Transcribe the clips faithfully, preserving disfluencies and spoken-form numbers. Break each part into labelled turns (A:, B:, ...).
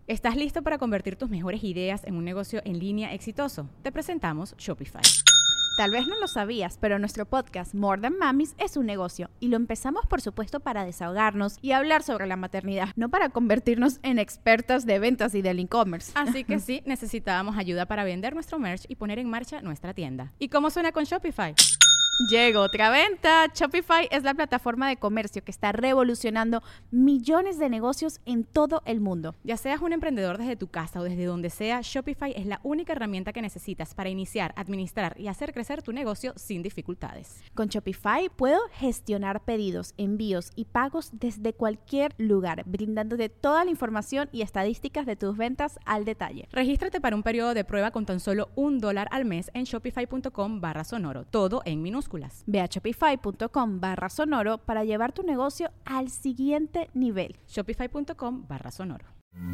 A: ¿Estás listo para convertir tus mejores ideas en un negocio en línea exitoso? Te presentamos Shopify.
B: Tal vez no lo sabías, pero nuestro podcast More Than Mamis es un negocio y lo empezamos por supuesto para desahogarnos y hablar sobre la maternidad, no para convertirnos en expertas de ventas y del e-commerce.
A: Así que sí, necesitábamos ayuda para vender nuestro merch y poner en marcha nuestra tienda. ¿Y cómo suena con Shopify?
B: Llegó otra venta. Shopify es la plataforma de comercio que está revolucionando millones de negocios en todo el mundo.
A: Ya seas un emprendedor desde tu casa o desde donde sea, Shopify es la única herramienta que necesitas para iniciar, administrar y hacer crecer tu negocio sin dificultades.
B: Con Shopify puedo gestionar pedidos, envíos y pagos desde cualquier lugar, brindándote toda la información y estadísticas de tus ventas al detalle.
A: Regístrate para un periodo de prueba con tan solo un dólar al mes en shopify.com barra sonoro, todo en minúsculas.
B: Ve a shopify.com barra sonoro para llevar tu negocio al siguiente nivel.
A: Shopify.com barra sonoro.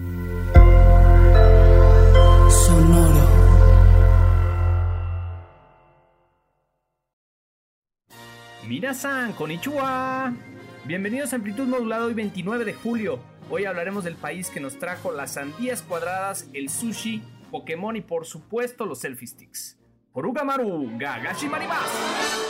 C: Sonoro.
D: Minasan, konnichiwa. Bienvenidos a Amplitud Modulada hoy veintinueve de julio. Hoy hablaremos del país que nos trajo las sandías cuadradas, el sushi, Pokémon y por supuesto los selfie sticks. Porugamaru, Gagashi Marimasu.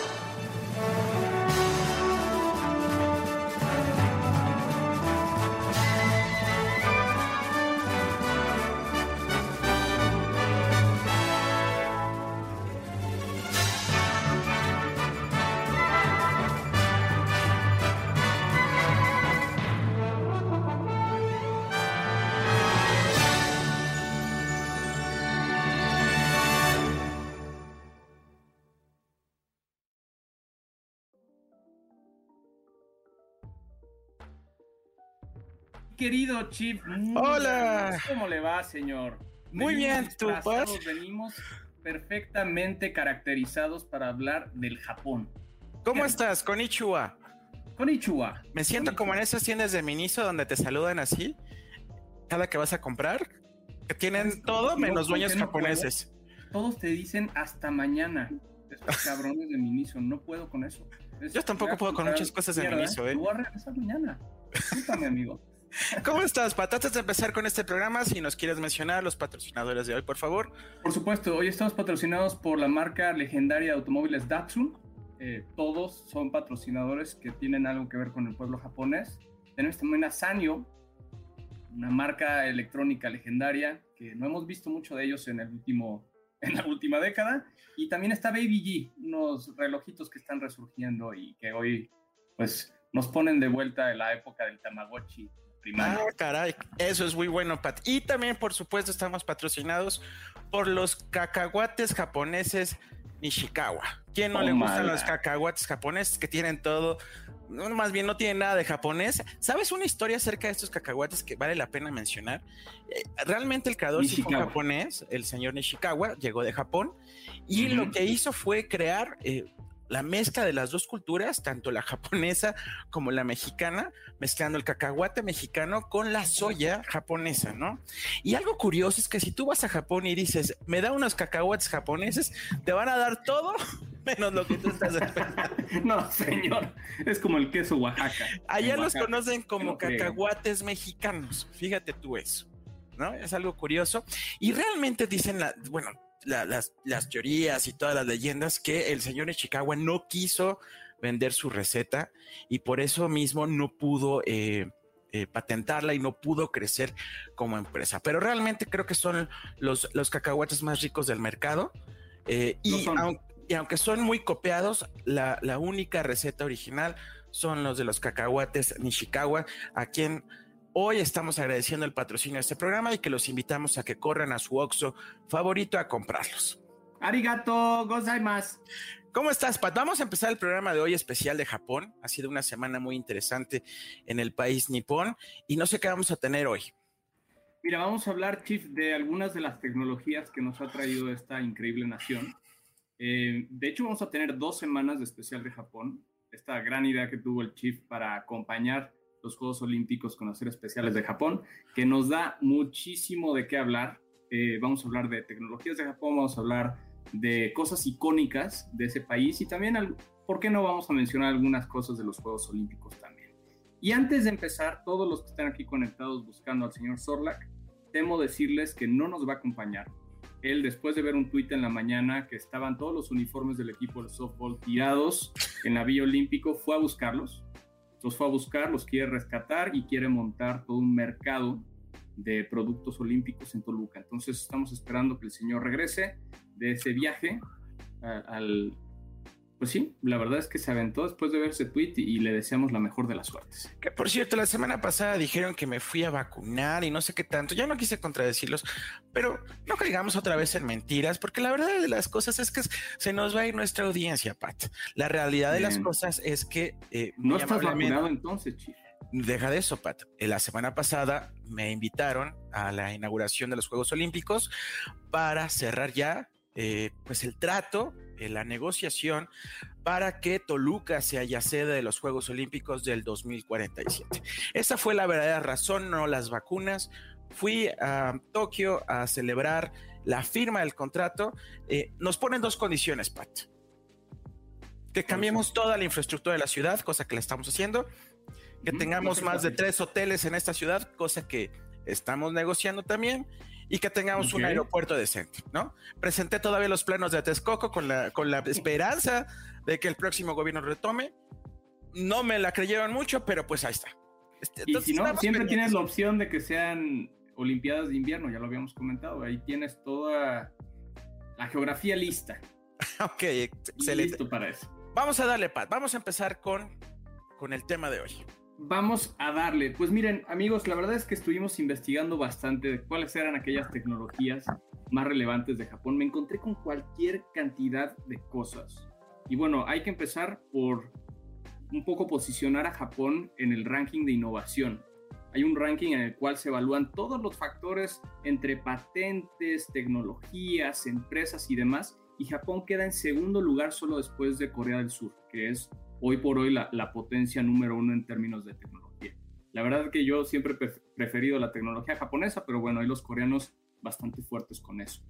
D: Querido Chief,
E: hola.
D: ¿Cómo le va, señor?
E: Muy bien, ¿tú, pues?
D: Venimos perfectamente caracterizados para hablar del Japón.
E: ¿Cómo estás? Konnichiwa.
D: Konnichiwa.
E: Me siento
D: Konnichiwa.
E: como en esas tiendas de Miniso donde te saludan así cada que vas a comprar, que tienen todo menos dueños
D: no
E: japoneses.
D: Puedo. Todos te dicen hasta mañana. Esos cabrones de Miniso, no puedo con eso. Es
E: Yo tampoco puedo con muchas cosas de Miniso, ¿eh?
D: Lo voy a regresar mañana. Discúlpame, amigo.
E: ¿Cómo estás, Pat? Antes de empezar con este programa, si nos quieres mencionar los patrocinadores de hoy, por favor.
D: Por supuesto, hoy estamos patrocinados por la marca legendaria de automóviles Datsun. Eh, todos son patrocinadores que tienen algo que ver con el pueblo japonés. Tenemos también a Sanyo, una marca electrónica legendaria que no hemos visto mucho de ellos en, el último, en la última década. Y también está Baby G, unos relojitos que están resurgiendo y que hoy pues, nos ponen de vuelta en la época del Tamagotchi. Primario.
E: Ah, caray, eso es muy bueno, Pat. Y también, por supuesto, estamos patrocinados por los cacahuates japoneses Nishikawa. ¿Quién no
D: oh,
E: le gustan
D: mala.
E: los cacahuates japoneses que tienen todo? No, más bien no tienen nada de japonés. ¿Sabes una historia acerca de estos cacahuates que vale la pena mencionar? Eh, realmente el creador sí fue japonés, el señor Nishikawa, llegó de Japón y uh-huh. lo que hizo fue crear eh, la mezcla de las dos culturas, tanto la japonesa como la mexicana, mezclando el cacahuate mexicano con la soya japonesa, ¿no? Y algo curioso es que si tú vas a Japón y dices, me da unos cacahuates japoneses, te van a dar todo menos lo que tú estás esperando.
D: No, señor, es como el queso Oaxaca.
E: Allá los
D: Oaxaca.
E: conocen como
D: no
E: cacahuates creo. mexicanos, fíjate tú eso, ¿no? Es algo curioso. Y realmente dicen, la, bueno, La, las, las teorías y todas las leyendas que el señor Nishikawa no quiso vender su receta y por eso mismo no pudo eh, eh, patentarla y no pudo crecer como empresa, pero realmente creo que son los, los cacahuates más ricos del mercado eh, y, aun, y aunque son muy copiados, la, la única receta original son los de los cacahuates Nishikawa, a quien hoy estamos agradeciendo el patrocinio de este programa y que los invitamos a que corran a su Oxxo favorito a comprarlos.
D: Arigato gozaimasu.
E: ¿Cómo estás, Pat? Vamos a empezar el programa de hoy especial de Japón. Ha sido una semana muy interesante en el país nipón y no sé qué vamos a tener hoy.
D: Mira, vamos a hablar, Chief, de algunas de las tecnologías que nos ha traído esta increíble nación. Eh, de hecho, vamos a tener dos semanas de especial de Japón. Esta gran idea que tuvo el Chief para acompañar los Juegos Olímpicos con las series especiales de Japón, que nos da muchísimo de qué hablar. Eh, vamos a hablar de tecnologías de Japón, vamos a hablar de cosas icónicas de ese país y también, ¿por qué no vamos a mencionar algunas cosas de los Juegos Olímpicos también? Y antes de empezar, todos los que están aquí conectados buscando al señor Sorlac, temo decirles que no nos va a acompañar. Él, después de ver un tuit en la mañana que estaban todos los uniformes del equipo de softball tirados en la Villa Olímpico, fue a buscarlos. Los fue a buscar, los quiere rescatar y quiere montar todo un mercado de productos olímpicos en Toluca. Entonces estamos esperando que el señor regrese de ese viaje a, al... Pues sí, la verdad es que se aventó después de ver ese tweet y, y le deseamos la mejor de las suertes.
E: Que por cierto, la semana pasada dijeron que me fui a vacunar y no sé qué tanto. Ya no quise contradecirlos, pero no caigamos otra vez en mentiras, porque la verdad de las cosas es que se nos va a ir nuestra audiencia, Pat. La realidad Bien. de las cosas es que... Eh,
D: no estás vacunado entonces, Chief.
E: Deja de eso, Pat. La semana pasada me invitaron a la inauguración de los Juegos Olímpicos para cerrar ya eh, pues el trato, eh, la negociación para que Toluca sea ya sede de los Juegos Olímpicos del dos mil cuarenta y siete. Esa fue la verdadera razón, no las vacunas. Fui a Tokio a celebrar la firma del contrato. Eh, nos ponen dos condiciones, Pat. Que cambiemos toda la infraestructura de la ciudad, cosa que la estamos haciendo. Que tengamos más de tres hoteles en esta ciudad, cosa que estamos negociando también, y que tengamos okay. un aeropuerto decente, ¿no? Presenté todavía los planos de Texcoco con la, con la esperanza de que el próximo gobierno retome. No me la creyeron mucho, pero pues ahí está.
D: Entonces, y si no, siempre pendientes. Tienes la opción de que sean Olimpiadas de invierno, ya lo habíamos comentado, ahí tienes toda la geografía lista.
E: Ok, excelente.
D: Listo para eso.
E: Vamos a darle, Pat, vamos a empezar con, con el tema de hoy.
D: Vamos a darle. Pues miren, amigos, la verdad es que estuvimos investigando bastante de cuáles eran aquellas tecnologías más relevantes de Japón. Me encontré con cualquier cantidad de cosas. Y bueno, hay que empezar por un poco posicionar a Japón en el ranking de innovación. Hay un ranking en el cual se evalúan todos los factores entre patentes, tecnologías, empresas y demás. Y Japón queda en segundo lugar solo después de Corea del Sur, que es hoy por hoy la, la potencia número uno en términos de tecnología. La verdad es que yo siempre he preferido la tecnología japonesa, pero bueno, hay los coreanos bastante fuertes con eso.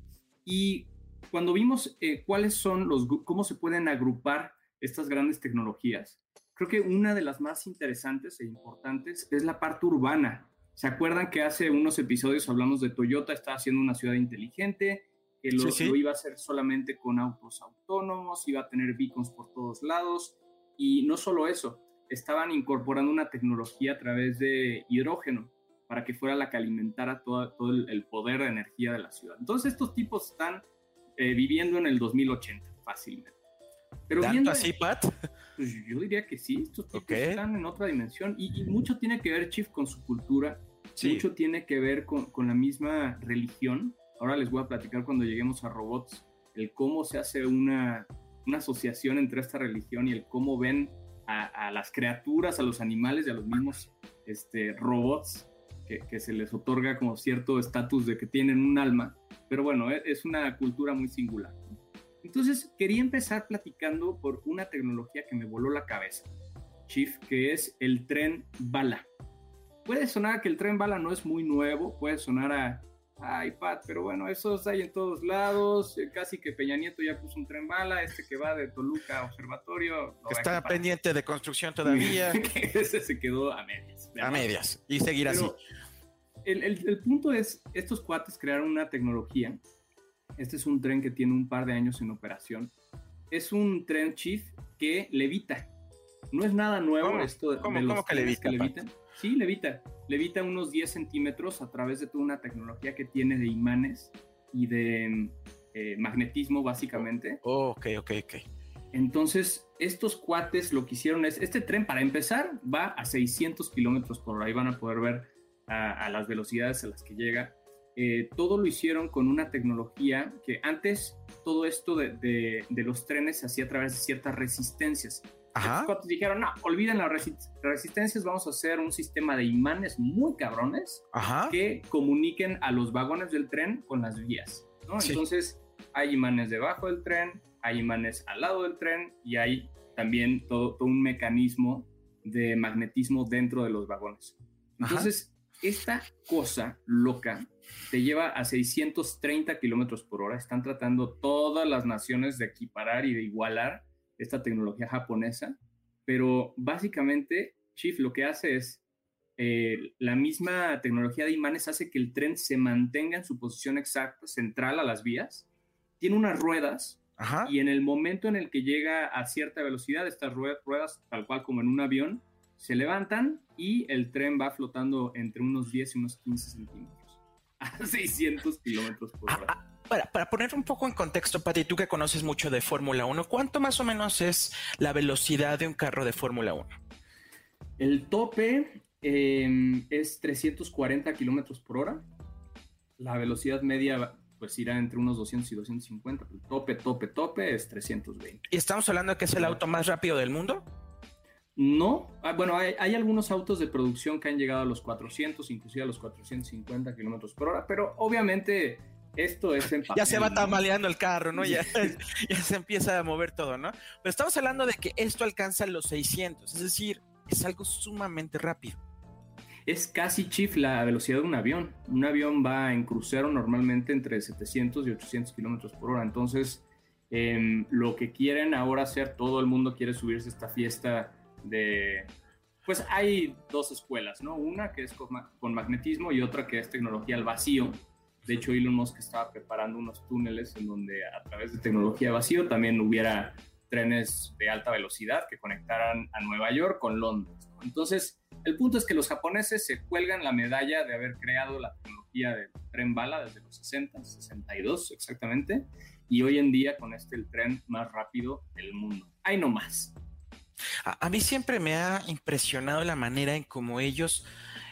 D: Y cuando vimos eh, cuáles son los, cómo se pueden agrupar estas grandes tecnologías, creo que una de las más interesantes e importantes es la parte urbana. ¿Se acuerdan que hace unos episodios hablamos de Toyota estaba haciendo una ciudad inteligente, que lo, sí, sí. lo iba a hacer solamente con autos autónomos, iba a tener beacons por todos lados? Y no solo eso, estaban incorporando una tecnología a través de hidrógeno para que fuera la que alimentara todo, todo el, el poder de energía de la ciudad. Entonces estos tipos están eh, viviendo en el dos mil ochenta fácilmente. Pero
E: ¿Tanto
D: viendo,
E: así, Pat?
D: Pues yo diría que sí, estos tipos
E: okay.
D: están en otra dimensión y, y mucho tiene que ver, Chief, con su cultura,
E: sí.
D: mucho tiene que ver con, con la misma religión. Ahora les voy a platicar cuando lleguemos a robots, el cómo se hace una... una asociación entre esta religión y el cómo ven a, a las criaturas, a los animales y a los mismos este, robots que, que se les otorga como cierto estatus de que tienen un alma, pero bueno, es una cultura muy singular. Entonces quería empezar platicando por una tecnología que me voló la cabeza, Chief, que es el tren bala. Puede sonar que el tren bala no es muy nuevo, puede sonar a ay, Pat, pero bueno, esos hay en todos lados, casi que Peña Nieto ya puso un tren bala, este que va de Toluca a Observatorio.
E: Que está pendiente de construcción todavía.
D: Que ese se quedó a medias.
E: A medias, y seguirá así.
D: El, el, el punto es, estos cuates crearon una tecnología, este es un tren que tiene un par de años en operación, es un tren, Chief, que levita. No es nada nuevo
E: ¿Cómo?
D: esto de,
E: ¿Cómo,
D: de los
E: ¿cómo que levita,
D: que levitan. Sí, levita. Levita unos diez centímetros a través de toda una tecnología que tiene de imanes y de eh, magnetismo, básicamente.
E: Oh, ok, ok, ok.
D: Entonces, estos cuates lo que hicieron es, este tren, para empezar, va a seiscientos kilómetros por hora. Ahí van a poder ver a, a las velocidades a las que llega. Eh, todo lo hicieron con una tecnología que antes, todo esto de, de, de los trenes se hacía a través de ciertas resistencias.
E: Ajá.
D: Los dijeron, no, olviden las resist- resistencias, vamos a hacer un sistema de imanes muy cabrones
E: Ajá.
D: que comuniquen a los vagones del tren con las vías, ¿no?
E: Sí.
D: Entonces, hay imanes debajo del tren, hay imanes al lado del tren y hay también todo, todo un mecanismo de magnetismo dentro de los vagones. Entonces, Ajá. esta cosa loca te lleva a seiscientos treinta kilómetros por hora. Están tratando todas las naciones de equiparar y de igualar esta tecnología japonesa, pero básicamente, Chief, lo que hace es, eh, la misma tecnología de imanes hace que el tren se mantenga en su posición exacta, central a las vías. Tiene unas ruedas. Ajá. Y en el momento en el que llega a cierta velocidad, estas ruedas, tal cual como en un avión, se levantan y el tren va flotando entre unos diez y unos quince centímetros a seiscientos kilómetros por hora.
E: Ah, para, para poner un poco en contexto, Pati, tú que conoces mucho de Fórmula uno, ¿cuánto más o menos es la velocidad de un carro de Fórmula uno?
D: El tope eh, es trescientos cuarenta kilómetros por hora. La velocidad media pues irá entre unos doscientos y doscientos cincuenta. El tope, tope, tope es trescientos veinte.
E: ¿Y estamos hablando de que es el auto más rápido del mundo?
D: No, ah, bueno, hay, hay algunos autos de producción que han llegado a los cuatrocientos, inclusive a los cuatrocientos cincuenta kilómetros por hora, pero obviamente esto es en papel,
E: ya se va
D: ¿no?
E: tambaleando el carro, ¿no? Ya, ya se empieza a mover todo, ¿no? Pero estamos hablando de que esto alcanza los seiscientos, es decir, es algo sumamente rápido.
D: Es casi, Chief, la velocidad de un avión. Un avión va en crucero normalmente entre setecientos y ochocientos kilómetros por hora, entonces eh, lo que quieren ahora hacer, todo el mundo quiere subirse a esta fiesta de, pues hay dos escuelas, ¿no? Una que es con, con magnetismo y otra que es tecnología al vacío. De hecho, Elon Musk estaba preparando unos túneles en donde a través de tecnología vacío también hubiera trenes de alta velocidad que conectaran a Nueva York con Londres, ¿no? Entonces, el punto es que los japoneses se cuelgan la medalla de haber creado la tecnología del tren bala desde los sesenta, sesenta y dos exactamente, y hoy en día con este el tren más rápido del mundo. Ahí no más.
E: A, a mí siempre me ha impresionado la manera en cómo ellos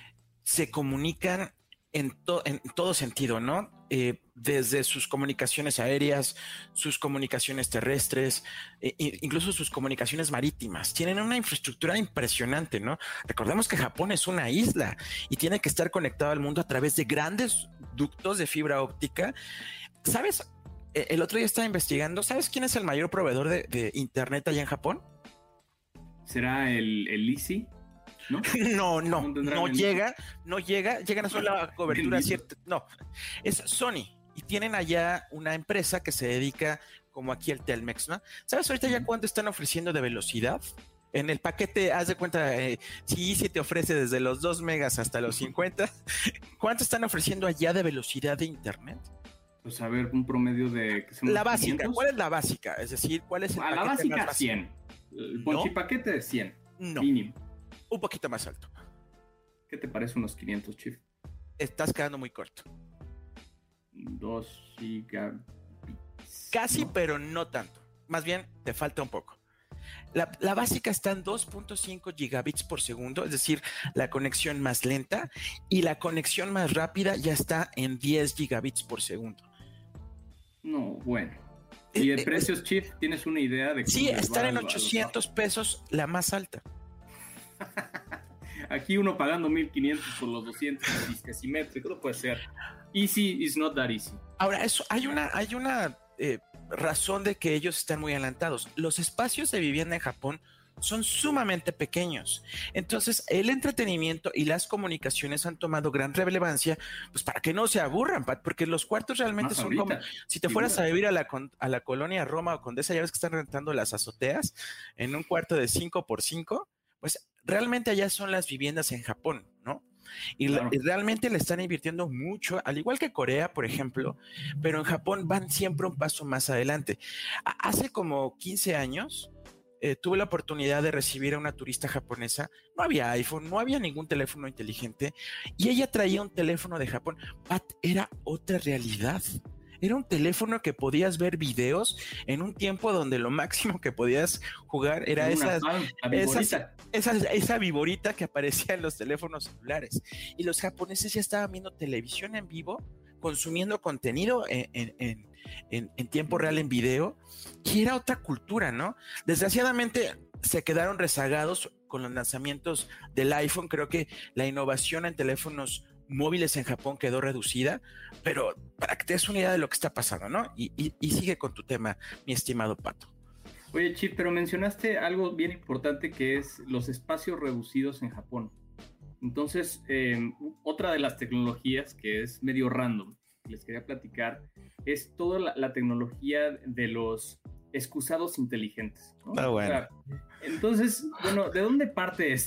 E: se comunican en, to, en todo sentido, ¿no? Eh, desde sus comunicaciones aéreas, sus comunicaciones terrestres, eh, incluso sus comunicaciones marítimas. Tienen una infraestructura impresionante, ¿no? Recordemos que Japón es una isla y tiene que estar conectado al mundo a través de grandes ductos de fibra óptica. ¿Sabes? El otro día estaba investigando. ¿Sabes quién es el mayor proveedor de, de internet allá en Japón?
D: ¿Será el, el Easy? ¿No?
E: No, no, no llega, no llega, llegan a solo la cobertura cierta, no, es Sony y tienen allá una empresa que se dedica como aquí el Telmex, ¿no? ¿Sabes ahorita ya cuánto están ofreciendo de velocidad? En el paquete, haz de cuenta, eh, si Easy te ofrece desde los dos megas hasta los cincuenta, ¿cuánto están ofreciendo allá de velocidad de internet?
D: Pues a ver, un promedio de...
E: La básica, quinientos. ¿Cuál es la básica? Es decir, ¿cuál es el
D: a
E: paquete
D: la básica,
E: más
D: cien. El ponchipaquete de cien.
E: No.
D: Mínimo.
E: Un poquito más alto.
D: ¿Qué te parece unos quinientos, Chief?
E: Estás quedando muy corto.
D: Dos gigabits.
E: Casi, no. Pero no tanto. Más bien, te falta un poco. La, la básica está en dos punto cinco gigabits por segundo, es decir, la conexión más lenta, y la conexión más rápida ya está en diez gigabits por segundo.
D: No, bueno. ¿Y de eh, precios, eh, Chief? ¿Tienes una idea de cómo?
E: Sí, están en ochocientos pesos la más alta.
D: Aquí uno pagando mil quinientos por los doscientos simétricos, no puede ser. Easy is not that easy.
E: Ahora, eso, hay una, hay una eh, razón de que ellos están muy adelantados. Los espacios de vivienda en Japón son sumamente pequeños. Entonces, el entretenimiento y las comunicaciones han tomado gran relevancia, pues para que no se aburran, Pat, porque los cuartos realmente Más son ahorita. como si te fueras a vivir a la, a la colonia Roma o Condesa, ya ves que están rentando las azoteas en un cuarto de cinco por cinco, pues realmente allá son las viviendas en Japón, ¿no? Y, claro. y realmente le están invirtiendo mucho, al igual que Corea, por ejemplo, pero en Japón van siempre un paso más adelante. Hace como quince años, eh, tuve la oportunidad de recibir a una turista japonesa. No había iPhone, no había ningún teléfono inteligente, y ella traía un teléfono de Japón. Pat, era otra realidad. Era un teléfono que podías ver videos en un tiempo donde lo máximo que podías jugar era esas, esas, esas, esa viborita que aparecía en los teléfonos celulares. Y los japoneses ya estaban viendo televisión en vivo, consumiendo contenido en, en, en, en tiempo real en video, y era otra cultura, ¿no? Desgraciadamente se quedaron rezagados con los lanzamientos del iPhone. Creo que la innovación en teléfonos móviles en Japón quedó reducida, pero para que te des una idea de lo que está pasando, ¿no? Y, y, y sigue con tu tema, mi estimado Pato.
D: Oye, Chip, pero mencionaste algo bien importante que es los espacios reducidos en Japón. Entonces, eh, otra de las tecnologías que es medio random, que les quería platicar, es toda la, la tecnología de los excusados inteligentes, ¿no?
E: Ah, bueno.
D: O sea, entonces, bueno, ¿de dónde parte esto?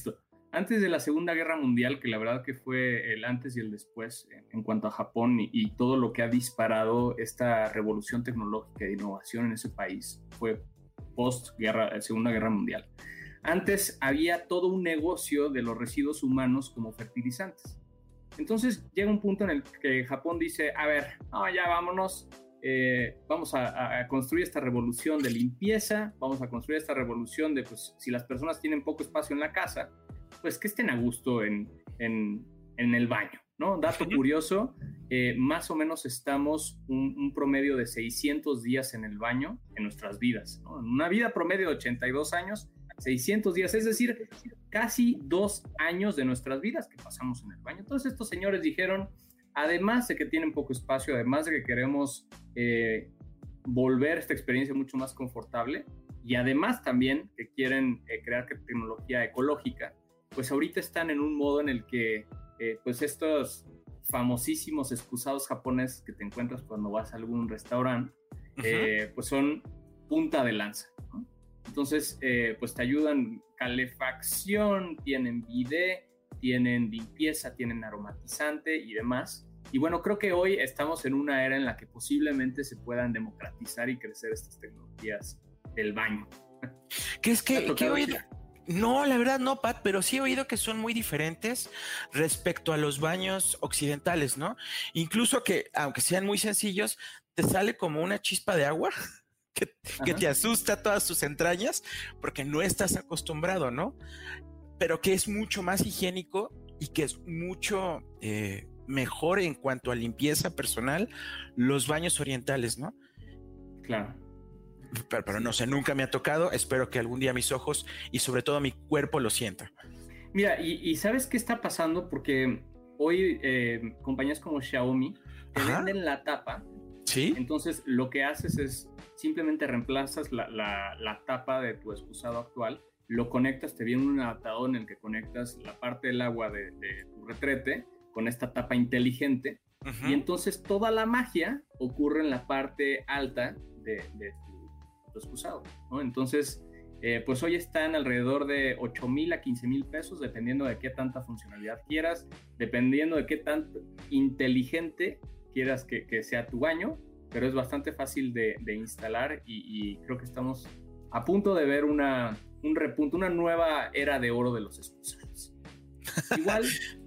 D: antes de la Segunda Guerra Mundial, que la verdad que fue el antes y el después en, en cuanto a Japón y, y todo lo que ha disparado esta revolución tecnológica de innovación en ese país, fue post -guerra, Segunda Guerra Mundial. Antes había todo un negocio de los residuos humanos como fertilizantes. Entonces llega un punto en el que Japón dice, a ver, no, ya vámonos, eh, vamos a, a construir esta revolución de limpieza, vamos a construir esta revolución de, pues, si las personas tienen poco espacio en la casa, pues que estén a gusto en, en, en el baño, ¿no? Dato curioso, eh, más o menos estamos un, un promedio de seiscientos días en el baño en nuestras vidas, ¿no? En una vida promedio de ochenta y dos años, seiscientos días, es decir, casi dos años de nuestras vidas que pasamos en el baño. Entonces estos señores dijeron, además de que tienen poco espacio, además de que queremos eh, volver esta experiencia mucho más confortable, y además también que quieren eh, crear tecnología ecológica, pues ahorita están en un modo en el que eh, pues estos famosísimos excusados japoneses que te encuentras cuando vas a algún restaurante, uh-huh. eh, pues son punta de lanza, ¿no? Entonces, eh, pues te ayudan calefacción, tienen bidet, tienen limpieza, tienen aromatizante y demás. Y bueno, creo que hoy estamos en una era en la que posiblemente se puedan democratizar y crecer estas tecnologías del baño.
E: ¿Qué es que, que he oído? No, la verdad no, Pat, pero sí he oído que son muy diferentes respecto a los baños occidentales, ¿no? Incluso que, aunque sean muy sencillos, te sale como una chispa de agua que, que te asusta todas tus entrañas porque no estás acostumbrado, ¿no? Pero que es mucho más higiénico y que es mucho eh, mejor en cuanto a limpieza personal los baños orientales, ¿no?
D: Claro.
E: Pero, pero no sé, nunca me ha tocado. Espero que algún día mis ojos y sobre todo mi cuerpo lo sienta.
D: Mira, y, y ¿sabes qué está pasando? Porque hoy eh, compañías como Xiaomi te Ajá. venden la tapa.
E: Sí.
D: Entonces lo que haces es simplemente reemplazas la, la, la tapa de tu excusado actual, lo conectas, te viene un adaptador en el que conectas la parte del agua de, de tu retrete con esta tapa inteligente. Uh-huh. Y entonces toda la magia ocurre en la parte alta de, de tu excusado, ¿no? Entonces, eh, pues hoy están alrededor de ocho mil a quince mil pesos, dependiendo de qué tanta funcionalidad quieras, dependiendo de qué tan inteligente quieras que, que sea tu baño, pero es bastante fácil de, de instalar y, y creo que estamos a punto de ver una, un repunte, una nueva era de oro de los excusados. Igual...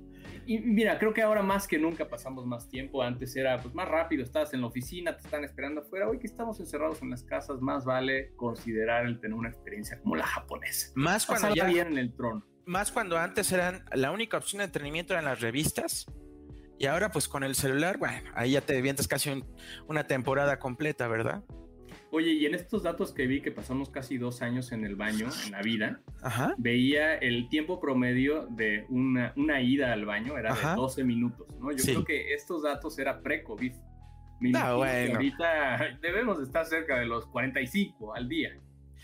D: Y mira, creo que ahora más que nunca pasamos más tiempo. Antes era pues más rápido, estabas en la oficina, te están esperando afuera. Hoy que estamos encerrados en las casas, más vale considerar el tener una experiencia como la japonesa.
E: Más cuando
D: Pasarla
E: ya
D: bien en el trono.
E: Más cuando antes eran la única opción de entretenimiento eran las revistas. Y ahora pues con el celular, bueno, ahí ya te avientas casi un, una temporada completa, ¿verdad?
D: Oye, y en estos datos que vi que pasamos casi dos años en el baño, en la vida,
E: Ajá.
D: veía el tiempo promedio de una, una ida al baño, era Ajá. de doce minutos, ¿no? Yo sí. creo que estos datos era pre-COVID. Me
E: ah, bueno.
D: que ahorita debemos estar cerca de los cuarenta y cinco al día.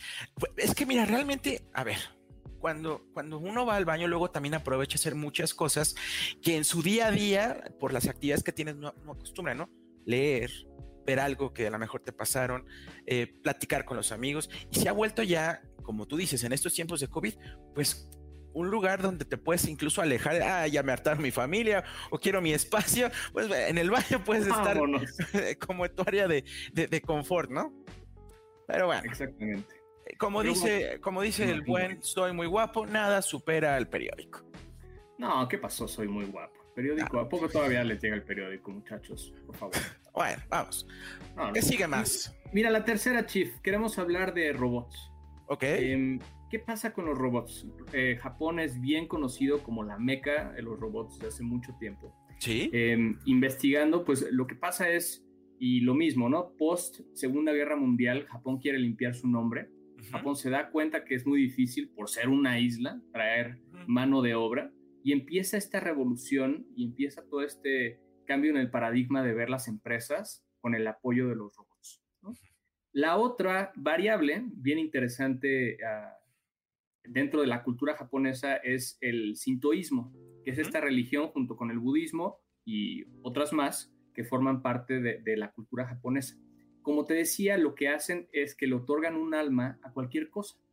E: Es que mira, realmente, a ver, cuando, cuando uno va al baño, luego también aprovecha a hacer muchas cosas que en su día a día, por las actividades que tienes, no, no acostumbra, ¿no? Leer, ver algo que a lo mejor te pasaron, eh, platicar con los amigos, y se ha vuelto ya, como tú dices, en estos tiempos de COVID, pues un lugar donde te puedes incluso alejar, ah, ya me hartaron mi familia, o quiero mi espacio, pues en el baño puedes estar como en tu área de, de, de confort, ¿no? Pero bueno.
D: Exactamente.
E: Como Pero dice, bueno, como dice el buen, soy muy guapo, nada supera al periódico.
D: No, ¿qué pasó? Soy muy guapo. Periódico, ah. ¿A poco todavía les llega el periódico, muchachos? Por favor.
E: Bueno, vamos. No, ¿Qué no. sigue más?
D: Mira, la tercera, Chief. Queremos hablar de robots.
E: Ok.
D: Eh, ¿Qué pasa con los robots? Eh, Japón es bien conocido como la meca de los robots desde hace mucho tiempo.
E: Sí.
D: Eh, investigando, pues lo que pasa es, y lo mismo, ¿no? Post Segunda Guerra Mundial, Japón quiere limpiar su nombre. Uh-huh. Japón se da cuenta que es muy difícil, por ser una isla, traer uh-huh. mano de obra. Y empieza esta revolución y empieza todo este cambio en el paradigma de ver las empresas con el apoyo de los robots, ¿no? La otra variable bien interesante uh, dentro de la cultura japonesa es el sintoísmo, que es esta religión junto con el budismo y otras más que forman parte de, de la cultura japonesa. Como te decía, lo que hacen es que le otorgan un alma a cualquier cosa.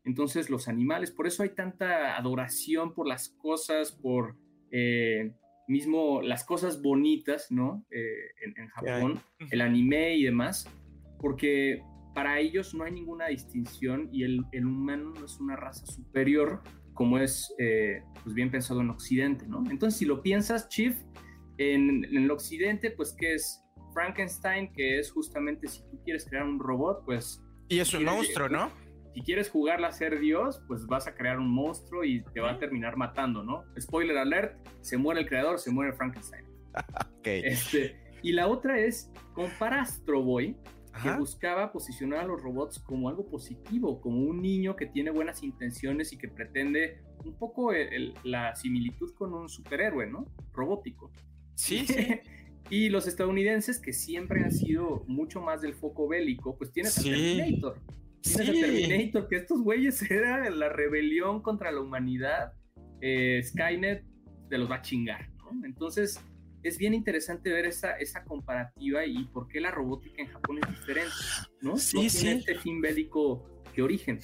D: Entonces los animales, por eso hay tanta adoración por las cosas, por eh, mismo las cosas bonitas, ¿no? Eh, en, en Japón, el anime y demás, porque para ellos no hay ninguna distinción y el, el humano no es una raza superior como es eh, pues bien pensado en Occidente, ¿no? Entonces, si lo piensas, Chief, en, en el Occidente, pues, ¿qué es Frankenstein? Que es justamente si tú quieres crear un robot, pues...
E: Y es un monstruo, ¿no?
D: Si quieres jugarla a ser Dios, pues vas a crear un monstruo y te va a terminar matando, ¿no? Spoiler alert, se muere el creador, se muere Frankenstein.
E: Okay.
D: Este, y la otra es, compara Astro Boy, que
E: Ajá.
D: buscaba posicionar a los robots como algo positivo, como un niño que tiene buenas intenciones y que pretende un poco el, el, la similitud con un superhéroe, ¿no? Robótico.
E: Sí, sí.
D: Y los estadounidenses, que siempre han sido mucho más del foco bélico, pues tienes
E: sí.
D: a Terminator. Tienes
E: sí.
D: a Terminator, que estos güeyes era la rebelión contra la humanidad. Eh, Skynet te los va a chingar, ¿no? Entonces... es bien interesante ver esa, esa comparativa y por qué la robótica en Japón es diferente, ¿no?
E: Sí,
D: no tiene
E: sí.
D: este fin bélico de origen.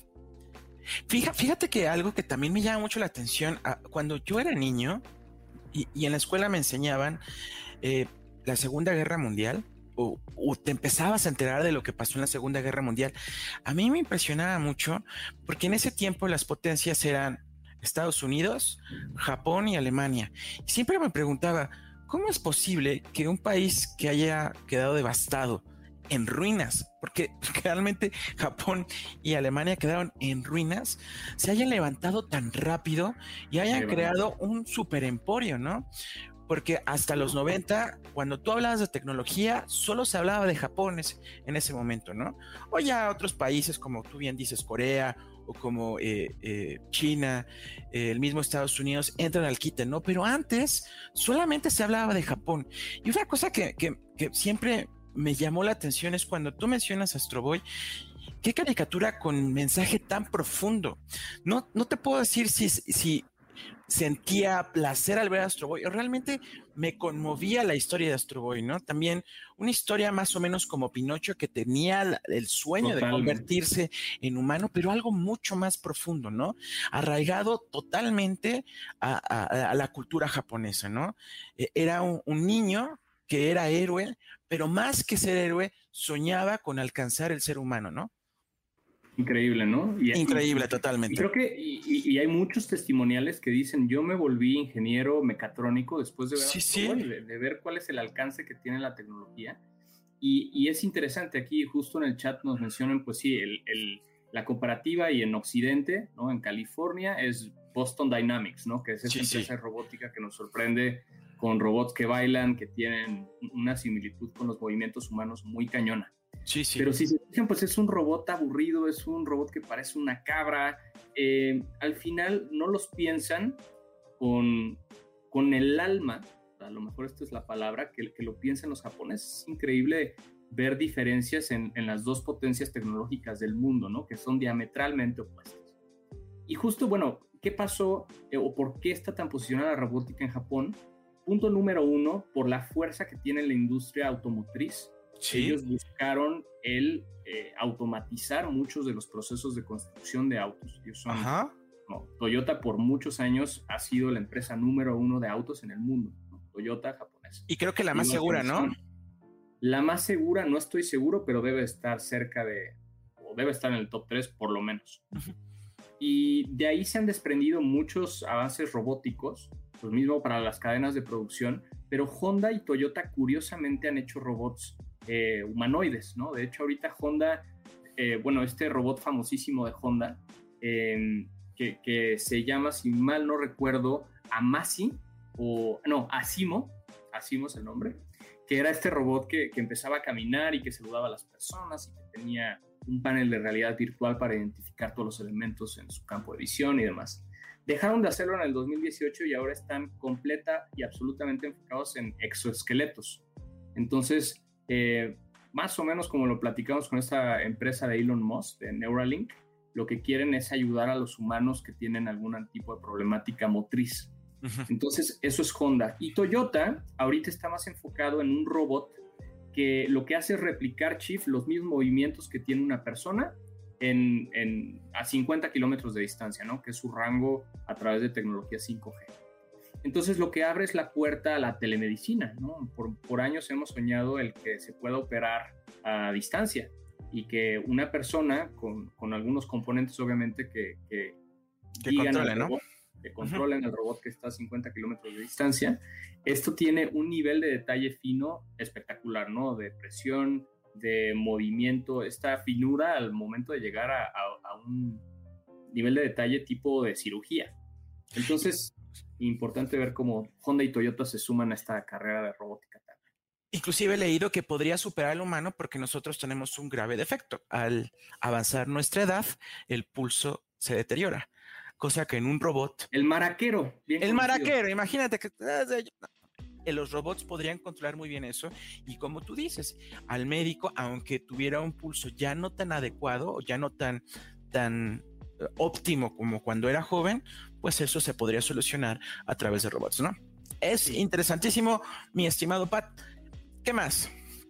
E: Fíjate, fíjate que algo que también me llama mucho la atención, cuando yo era niño y, y en la escuela me enseñaban eh, la Segunda Guerra Mundial, o, o te empezabas a enterar de lo que pasó en la Segunda Guerra Mundial, a mí me impresionaba mucho porque en ese tiempo las potencias eran Estados Unidos, Japón y Alemania. Y siempre me preguntaba, ¿cómo es posible que un país que haya quedado devastado, en ruinas, porque realmente Japón y Alemania quedaron en ruinas, se hayan levantado tan rápido y hayan sí, creado bueno. un super emporio, ¿no? Porque hasta los noventa, cuando tú hablabas de tecnología, solo se hablaba de Japón en ese momento, ¿no? O ya otros países, como tú bien dices, Corea, o como eh, eh, China, eh, el mismo Estados Unidos, entran al quite, ¿no? Pero antes solamente se hablaba de Japón. Y una cosa que, que, que siempre me llamó la atención es cuando tú mencionas Astro Boy, qué caricatura con mensaje tan profundo. No, no te puedo decir si, si sentía placer al ver a Astro Boy, o realmente me conmovía la historia de Astro Boy, ¿no? También una historia más o menos como Pinocho, que tenía el sueño Totalmente. de convertirse en humano, pero algo mucho más profundo, ¿no? Arraigado totalmente a, a, a la cultura japonesa, ¿no? Era un, un niño que era héroe, pero más que ser héroe, soñaba con alcanzar el ser humano, ¿no?
D: Increíble, ¿no? Y,
E: Increíble,
D: y,
E: totalmente.
D: Y creo que y, y hay muchos testimoniales que dicen, yo me volví ingeniero mecatrónico después de ver,
E: sí, sí.
D: de, de ver cuál es el alcance que tiene la tecnología. Y, y es interesante, aquí justo en el chat nos mencionan, pues sí, el, el, la comparativa y en Occidente, ¿no? En California es Boston Dynamics, ¿no? Que es esa sí, empresa sí. robótica que nos sorprende con robots que bailan, que tienen una similitud con los movimientos humanos muy cañona.
E: Sí, sí.
D: Pero si se fijan, pues es un robot aburrido, es un robot que parece una cabra. Eh, al final no los piensan con, con el alma, a lo mejor esta es la palabra, que, que lo piensan los japoneses. Es increíble ver diferencias en, en las dos potencias tecnológicas del mundo, ¿no? Que son diametralmente opuestas. Y justo, bueno, ¿qué pasó eh, o por qué está tan posicionada la robótica en Japón? Punto número uno, por la fuerza que tiene la industria automotriz. Sí. Ellos buscaron el eh, automatizar muchos de los procesos de construcción de autos. Ellos son,
E: Ajá.
D: No, Toyota por muchos años ha sido la empresa número uno de autos en el mundo, ¿no? Toyota japonesa.
E: Y creo que la más segura, ¿no?
D: La más segura, no estoy seguro, pero debe estar cerca de, o debe estar en el top tres por lo menos. Uh-huh. Y de ahí se han desprendido muchos avances robóticos, pues mismo para las cadenas de producción, pero Honda y Toyota curiosamente han hecho robots eh, humanoides, ¿no? De hecho, ahorita Honda, eh, bueno, este robot famosísimo de Honda, eh, que, que se llama, si mal no recuerdo, Amasi, o no, Asimo, Asimo es el nombre, que era este robot que, que empezaba a caminar y que saludaba a las personas y que tenía un panel de realidad virtual para identificar todos los elementos en su campo de visión y demás. Dejaron de hacerlo en el dos mil dieciocho y ahora están completa y absolutamente enfocados en exoesqueletos. Entonces, eh, más o menos como lo platicamos con esta empresa de Elon Musk, de Neuralink, lo que quieren es ayudar a los humanos que tienen algún tipo de problemática motriz. Uh-huh. Entonces, eso es Honda. Y Toyota ahorita está más enfocado en un robot que lo que hace es replicar, Chief, los mismos movimientos que tiene una persona, en, en, a cincuenta kilómetros de distancia, ¿no? Que es su rango a través de tecnología cinco G. Entonces lo que abre es la puerta a la telemedicina, ¿no? Por, por años hemos soñado el que se pueda operar a distancia y que una persona con, con algunos componentes obviamente que, que,
E: que
D: digan
E: controlen,
D: al robot,
E: ¿no?
D: que controlen uh-huh. el robot que está a cincuenta kilómetros de distancia. Esto tiene un nivel de detalle fino espectacular, ¿no? De presión, de movimiento, esta finura al momento de llegar a, a, a un nivel de detalle tipo de cirugía. Entonces, importante ver cómo Honda y Toyota se suman a esta carrera de robótica.
E: Inclusive he leído que podría superar al humano porque nosotros tenemos un grave defecto. Al avanzar nuestra edad, el pulso se deteriora, cosa que en un robot...
D: El maraquero.
E: Bien el conocido. maraquero, imagínate que... Los robots podrían controlar muy bien eso y como tú dices, al médico, aunque tuviera un pulso ya no tan adecuado o ya no tan, tan óptimo como cuando era joven, pues eso se podría solucionar a través de robots, ¿no? Es interesantísimo, mi estimado Pat. ¿Qué más?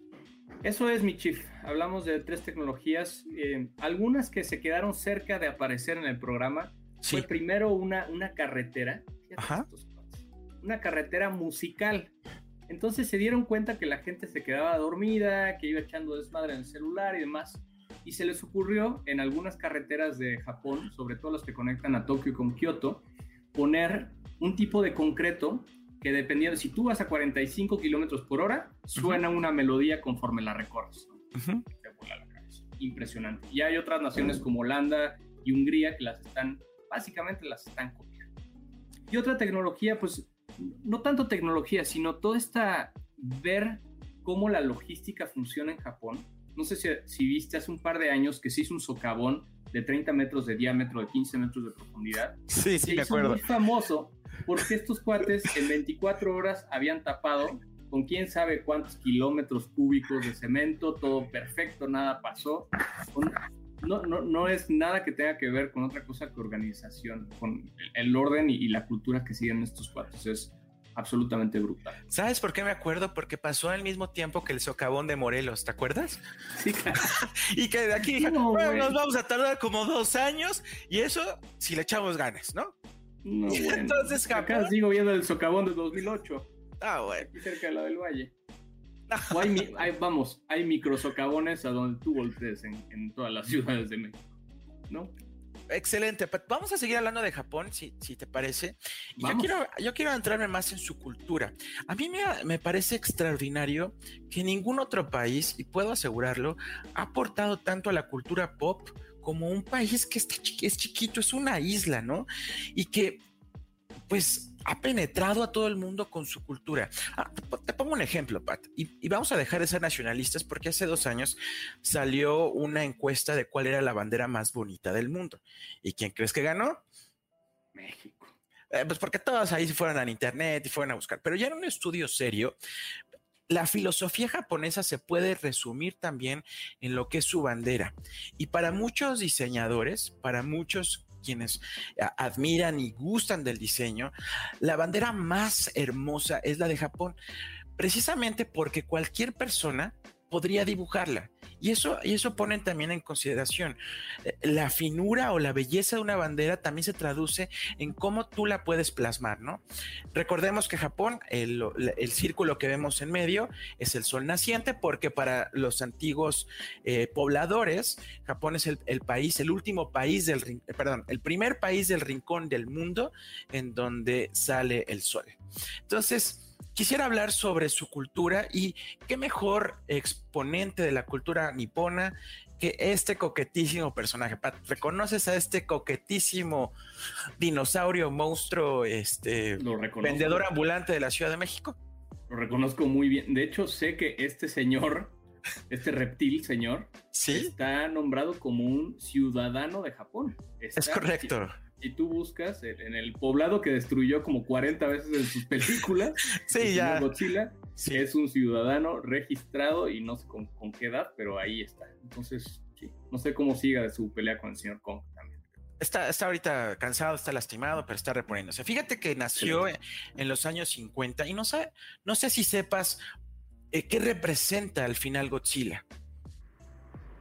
D: Eso es, mi chief. Hablamos de tres tecnologías, eh, algunas que se quedaron cerca de aparecer en el programa. Sí. Fue primero una, una carretera.
E: Ajá.
D: Una carretera musical. Entonces se dieron cuenta que la gente se quedaba dormida, que iba echando desmadre en el celular y demás. Y se les ocurrió en algunas carreteras de Japón, sobre todo las que conectan a Tokio con Kioto, poner un tipo de concreto que dependiendo, si tú vas a cuarenta y cinco kilómetros por hora, suena uh-huh. una melodía conforme la recorres, ¿no? Uh-huh. Te vuela la cabeza. Impresionante. Y hay otras naciones como Holanda y Hungría que las están, básicamente las están copiando. Y otra tecnología, pues, no tanto tecnología, sino toda esta, ver cómo la logística funciona en Japón. No sé si, si viste hace un par de años que se hizo un socavón de treinta metros de diámetro, de quince metros de profundidad.
E: Sí, sí, me acuerdo.
D: Muy famoso porque estos cuates en veinticuatro horas habían tapado con quién sabe cuántos kilómetros cúbicos de cemento, todo perfecto, nada pasó. No, no, no es nada que tenga que ver con otra cosa que organización, con el orden y, y la cultura que siguen estos cuates. Es absolutamente brutal.
E: ¿Sabes por qué me acuerdo? Porque pasó al mismo tiempo que el socavón de Morelos, ¿te acuerdas?
D: Sí, claro.
E: Y que de aquí no, bueno, nos vamos a tardar como dos años y eso si le echamos ganas, ¿no?
D: No, bueno.
E: Entonces, Japón...
D: Acá sigo viendo el socavón de dos mil ocho.
E: Ah, bueno.
D: Aquí cerca de la del Valle. O hay, hay, vamos, hay micro socavones a donde tú voltees en, en todas las ciudades de México, ¿no?
E: Excelente. Vamos a seguir hablando de Japón, si, si te parece. Y yo quiero, yo quiero entrarme más en su cultura. A mí me, me parece extraordinario que ningún otro país, y puedo asegurarlo, ha aportado tanto a la cultura pop como un país que está chiqui, es chiquito, es una isla, ¿no? Y que, pues, ha penetrado a todo el mundo con su cultura. Ah, te, te pongo un ejemplo, Pat, y, y vamos a dejar de ser nacionalistas porque hace dos años salió una encuesta de cuál era la bandera más bonita del mundo. ¿Y quién crees que ganó?
D: México.
E: Eh, pues porque todos ahí se fueron al internet y fueron a buscar, pero ya en un estudio serio, la filosofía japonesa se puede resumir también en lo que es su bandera. Y para muchos diseñadores, para muchos quienes admiran y gustan del diseño, la bandera más hermosa es la de Japón, precisamente porque cualquier persona podría dibujarla. Y eso, y eso ponen también en consideración. La finura o la belleza de una bandera también se traduce en cómo tú la puedes plasmar, ¿no? Recordemos que Japón, el, el círculo que vemos en medio es el sol naciente, porque para los antiguos eh, pobladores, Japón es el, el país, el último país del, perdón, el primer país del rincón del mundo en donde sale el sol. Entonces, quisiera hablar sobre su cultura y qué mejor exponente de la cultura nipona que este coquetísimo personaje. Pat, ¿reconoces a este coquetísimo dinosaurio, monstruo, este vendedor ambulante de la Ciudad de México?
D: Lo reconozco muy bien. De hecho, sé que este señor, este reptil señor,
E: ¿sí?
D: Está nombrado como un ciudadano de Japón. Está,
E: es correcto.
D: Si, si tú buscas en el poblado que destruyó como cuarenta veces en sus películas,
E: sí, ya.
D: Godzilla, sí. Es un ciudadano registrado y no sé con, con qué edad, pero ahí está. Entonces, sí, no sé cómo siga de su pelea con el señor Kong también.
E: Está, está ahorita cansado, está lastimado, pero está reponiéndose. Fíjate que nació sí. en los años cincuenta y no sé, no sé si sepas eh, qué representa al final Godzilla.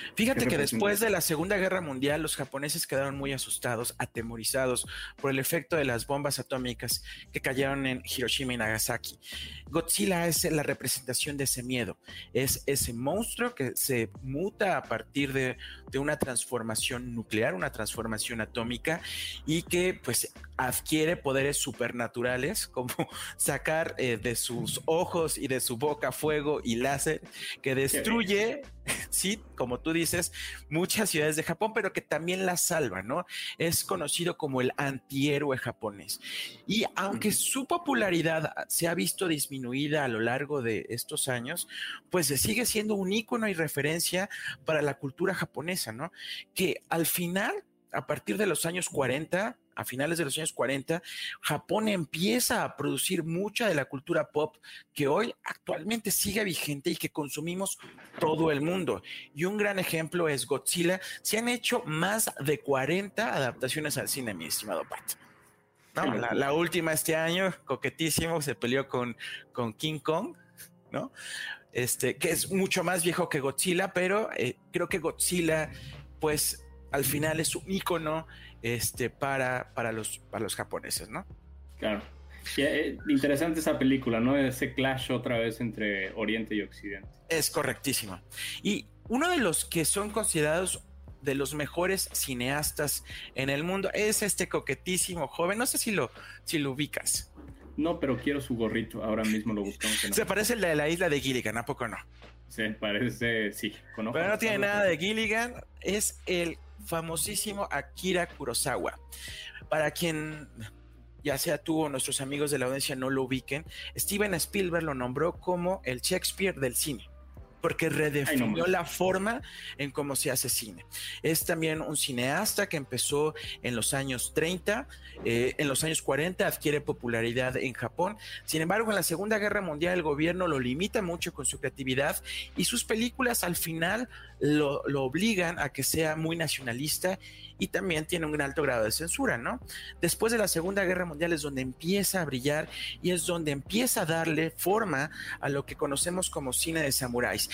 E: Fíjate que después de la Segunda Guerra Mundial, los japoneses quedaron muy asustados, atemorizados por el efecto de las bombas atómicas que cayeron en Hiroshima y Nagasaki. Godzilla es la representación de ese miedo, es ese monstruo que se muta a partir de, de una transformación nuclear, una transformación atómica, y que pues adquiere poderes supernaturales, como sacar eh, de sus ojos y de su boca fuego y láser, que destruye, sí, como tú dices, muchas ciudades de Japón, pero que también las salva, ¿no? Es conocido como el antihéroe japonés. Y aunque su popularidad se ha visto disminuida a lo largo de estos años, pues sigue siendo un ícono y referencia para la cultura japonesa, ¿no? Que al final, a partir de los años cuarenta, a finales de los años cuarenta, Japón empieza a producir mucha de la cultura pop que hoy actualmente sigue vigente y que consumimos todo el mundo. Y un gran ejemplo es Godzilla. Se han hecho más de cuarenta adaptaciones al cine, mi estimado Pat. No, la, la última este año, coquetísimo, se peleó con, con King Kong, ¿no? Este, que es mucho más viejo que Godzilla, pero eh, creo que Godzilla, pues, al final es un ícono este, para, para, los, para los japoneses, ¿no?
D: Claro. Y, eh, interesante esa película, ¿no? Ese clash otra vez entre Oriente y Occidente.
E: Es correctísimo. Y uno de los que son considerados de los mejores cineastas en el mundo es este coquetísimo joven. No sé si lo, si lo ubicas.
D: No, pero quiero su gorrito. Ahora mismo lo buscamos. En
E: Se parece el de la isla de Gilligan, ¿a poco no?
D: Sí, parece, sí. Conozco.
E: Pero no tiene nada de Gilligan. Es el famosísimo Akira Kurosawa. Para quien, ya sea tú o nuestros amigos de la audiencia no lo ubiquen, Steven Spielberg lo nombró como el Shakespeare del cine, porque redefinió Ay, no, la forma en cómo se hace cine. Es también un cineasta que empezó en los años treinta, eh, en los años cuarenta adquiere popularidad en Japón. Sin embargo, en la Segunda Guerra Mundial el gobierno lo limita mucho con su creatividad y sus películas al final lo, lo obligan a que sea muy nacionalista y también tiene un alto grado de censura, ¿no? Después de la Segunda Guerra Mundial es donde empieza a brillar y es donde empieza a darle forma a lo que conocemos como cine de samuráis.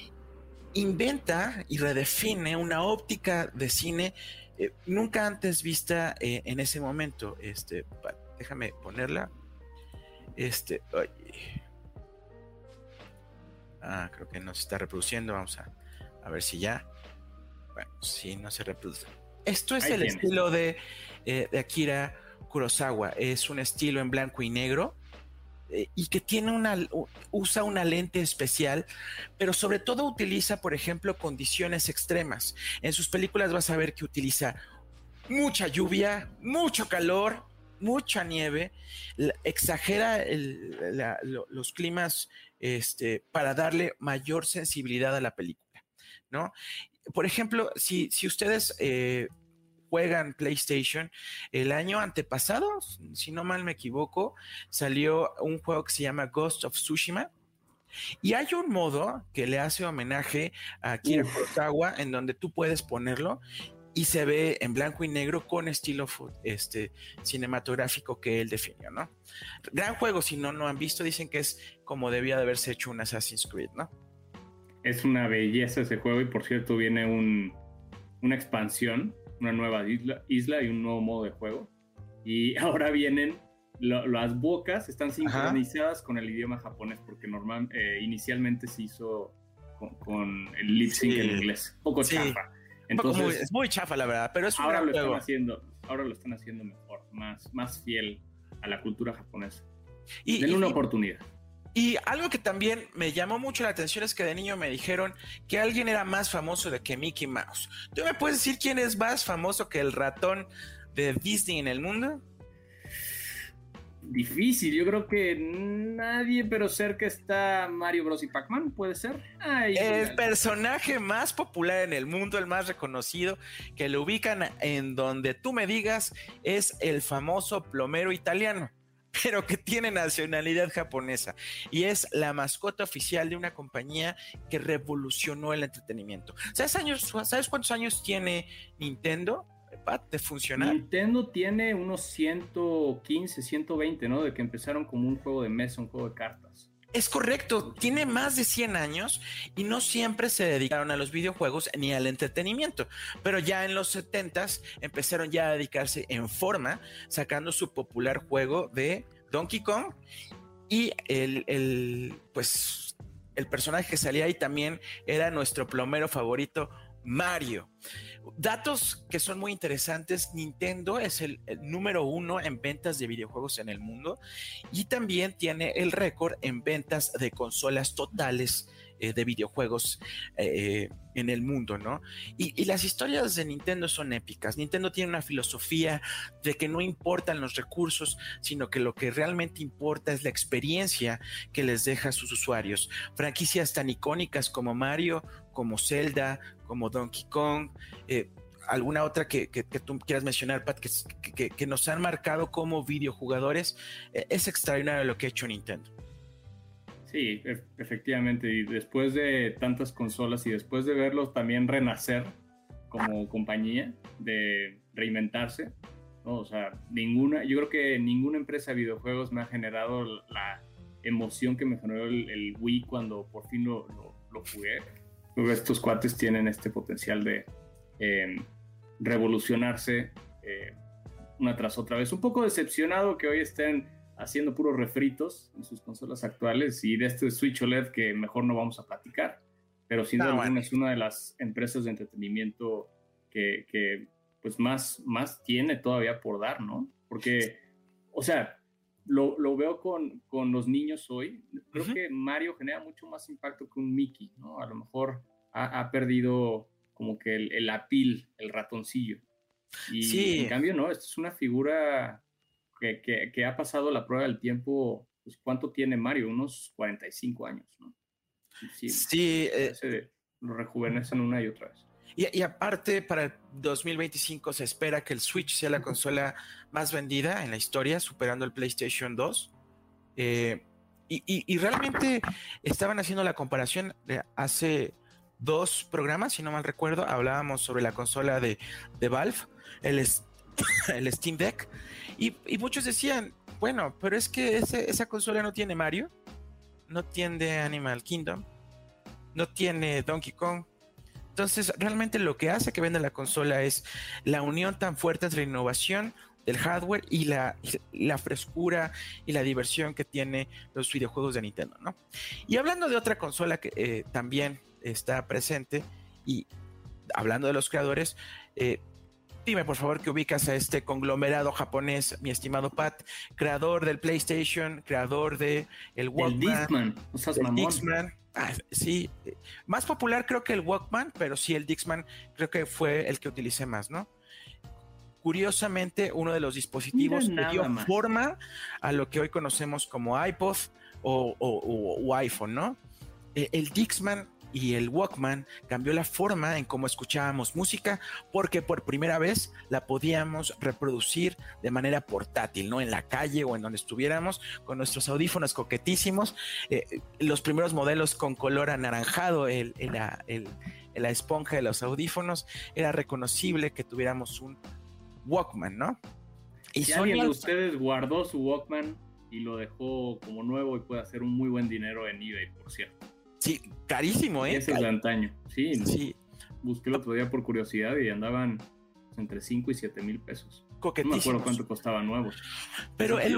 E: Inventa y redefine una óptica de cine eh, nunca antes vista eh, en ese momento. Este, déjame ponerla. Este, ay. Ah, creo que no se está reproduciendo. Vamos a, a ver si ya. Bueno, sí, no se reproduce. Esto es Ahí el tienes. estilo de, eh, de Akira Kurosawa. Es un estilo en blanco y negro eh, y que tiene una, usa una lente especial, pero sobre todo utiliza, por ejemplo, condiciones extremas. En sus películas vas a ver que utiliza mucha lluvia, mucho calor, mucha nieve, exagera el, la, lo, los climas este, para darle mayor sensibilidad a la película, ¿no? Por ejemplo, si, si ustedes eh, juegan PlayStation, el año antepasado, si no mal me equivoco, salió un juego que se llama Ghost of Tsushima. Y hay un modo que le hace homenaje a Akira Kurosawa en donde tú puedes ponerlo y se ve en blanco y negro con estilo este, cinematográfico que él definió, ¿no? Gran juego, si no, no han visto, dicen que es como debía de haberse hecho un Assassin's Creed, ¿no?
D: Es una belleza ese juego y por cierto viene un, una expansión, una nueva isla, isla y un nuevo modo de juego. Y ahora vienen, lo, las bocas están sincronizadas Ajá. con el idioma japonés porque normal, eh, inicialmente se hizo con, con el lip sync sí. en inglés. Un poco sí. chafa. Entonces,
E: muy, es muy chafa la verdad, pero es un
D: ahora
E: gran
D: lo
E: juego.
D: Están haciendo, ahora lo están haciendo mejor, más, más fiel a la cultura japonesa. Y, Denle y, una oportunidad.
E: Y algo que también me llamó mucho la atención es que de niño me dijeron que alguien era más famoso de que Mickey Mouse. ¿Tú me puedes decir quién es más famoso que el ratón de Disney en el mundo?
D: Difícil, yo creo que nadie, pero cerca está Mario Bros y Pac-Man, ¿puede ser? Ay,
E: el ya. personaje más popular en el mundo, el más reconocido, que lo ubican en donde tú me digas, es el famoso plomero italiano, pero que tiene nacionalidad japonesa y es la mascota oficial de una compañía que revolucionó el entretenimiento. ¿Sabes, años, ¿sabes cuántos años tiene Nintendo, Pat, de funcionar?
D: Nintendo tiene unos ciento quince, ciento veinte, ¿no? De que empezaron como un juego de mesa, un juego de cartas.
E: Es correcto, tiene más de cien años y no siempre se dedicaron a los videojuegos ni al entretenimiento, pero ya en los setentas empezaron ya a dedicarse en forma, sacando su popular juego de Donkey Kong y el, el pues el personaje que salía ahí también era nuestro plomero favorito, Mario. Datos que son muy interesantes: Nintendo es el, el número uno en ventas de videojuegos en el mundo y también tiene el récord en ventas de consolas totales eh, de videojuegos eh, en el mundo, ¿no? Y, y las historias de Nintendo son épicas. Nintendo tiene una filosofía de que no importan los recursos, sino que lo que realmente importa es la experiencia que les deja a sus usuarios. Franquicias tan icónicas como Mario, como Zelda, como Donkey Kong, eh, alguna otra que, que, que tú quieras mencionar, Pat, que, que, que nos han marcado como videojugadores. Eh, es extraordinario lo que ha hecho Nintendo.
D: Sí, e- efectivamente, y después de tantas consolas y después de verlos también renacer como compañía, de reinventarse, ¿no? O sea, ninguna, yo creo que ninguna empresa de videojuegos me ha generado la emoción que me generó el, el Wii cuando por fin lo, lo, lo jugué. Creo que estos cuates tienen este potencial de eh, revolucionarse eh, una tras otra vez. Un poco decepcionado que hoy estén haciendo puros refritos en sus consolas actuales y de este Switch O L E D que mejor no vamos a platicar, pero sin duda
E: No,
D: alguna
E: bueno.
D: es una de las empresas de entretenimiento que, que pues más, más tiene todavía por dar, ¿no? Porque, o sea, lo, lo veo con, con los niños hoy. Creo
E: Uh-huh.
D: que Mario genera mucho más impacto que un Mickey, ¿no? A lo mejor ha, ha perdido como que el, el apil, el ratoncillo. Y
E: Sí.
D: en cambio, no, esta es una figura que, que, que ha pasado la prueba del tiempo. Pues, ¿cuánto tiene Mario? Unos cuarenta y cinco años, ¿no? Y sí,
E: Sí, eh,
D: se lo rejuvenecen una y otra vez.
E: Y, y aparte, para el dos mil veinticinco se espera que el Switch sea la consola más vendida en la historia, superando el PlayStation dos. Eh, y, y, y realmente estaban haciendo la comparación de hace dos programas, si no mal recuerdo, hablábamos sobre la consola de, de Valve, el, el Steam Deck, y, y muchos decían, bueno, pero es que ese, esa consola no tiene Mario, no tiene Animal Kingdom, no tiene Donkey Kong. Entonces, realmente lo que hace que venda la consola es la unión tan fuerte entre la innovación del hardware y la, y la frescura y la diversión que tiene los videojuegos de Nintendo, ¿no? Y hablando de otra consola que eh, también está presente, y hablando de los creadores, eh, dime por favor que ubicas a este conglomerado japonés, mi estimado Pat, creador del PlayStation, creador de el Walkman,
D: el Dixman, o sea,
E: el Dixman. Ah, sí, más popular creo que el Walkman, pero sí el Dixman creo que fue el que utilicé más, ¿no? Curiosamente, uno de los dispositivos que dio más forma a lo que hoy conocemos como iPod o, o, o, o iPhone, ¿no? El, el Dixman y el Walkman cambió la forma en cómo escuchábamos música, porque por primera vez la podíamos reproducir de manera portátil, ¿no? En la calle o en donde estuviéramos, con nuestros audífonos coquetísimos, eh, los primeros modelos con color anaranjado, el, el, el, el, la esponja de los audífonos, era reconocible que tuviéramos un Walkman, ¿no?
D: Y si Sony alguien de ustedes guardó su Walkman y lo dejó como nuevo y puede hacer un muy buen dinero en eBay, por cierto.
E: Sí, carísimo, ¿eh?
D: Ese es de antaño. Sí,
E: sí.
D: Busqué el otro día por curiosidad y andaban entre cinco y siete mil pesos.
E: Coquetísimos.
D: No me acuerdo cuánto costaba nuevo.
E: Pero el,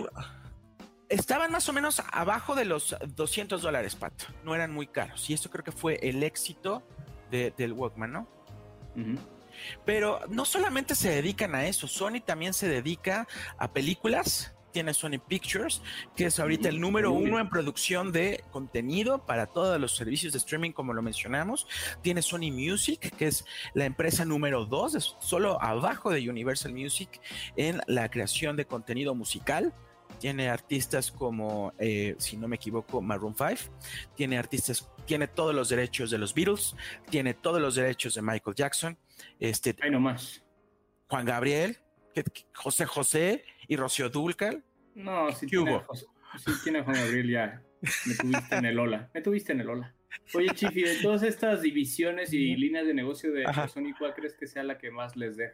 E: estaban más o menos abajo de los doscientos dólares, Pat. No eran muy caros. Y esto creo que fue el éxito de, del Walkman, ¿no?
D: Uh-huh.
E: Pero no solamente se dedican a eso. Sony también se dedica a películas. Tiene Sony Pictures, que es ahorita el número uno en producción de contenido para todos los servicios de streaming, como lo mencionamos. Tiene Sony Music, que es la empresa número dos, es solo abajo de Universal Music en la creación de contenido musical. Tiene artistas como, eh, si no me equivoco, Maroon cinco. Tiene artistas, tiene todos los derechos de los Beatles. Tiene todos los derechos de Michael Jackson. Este,
D: Ay, no más.
E: Juan Gabriel, José José y Rocío Dúrcal.
D: No, si tiene, si tiene Juan Gabriel ya. Me tuviste en el Ola. Me tuviste en el Ola. Oye, Chifi, de todas estas divisiones y líneas de negocio de Ajá. Sony, ¿cuál crees que sea la que más les deja?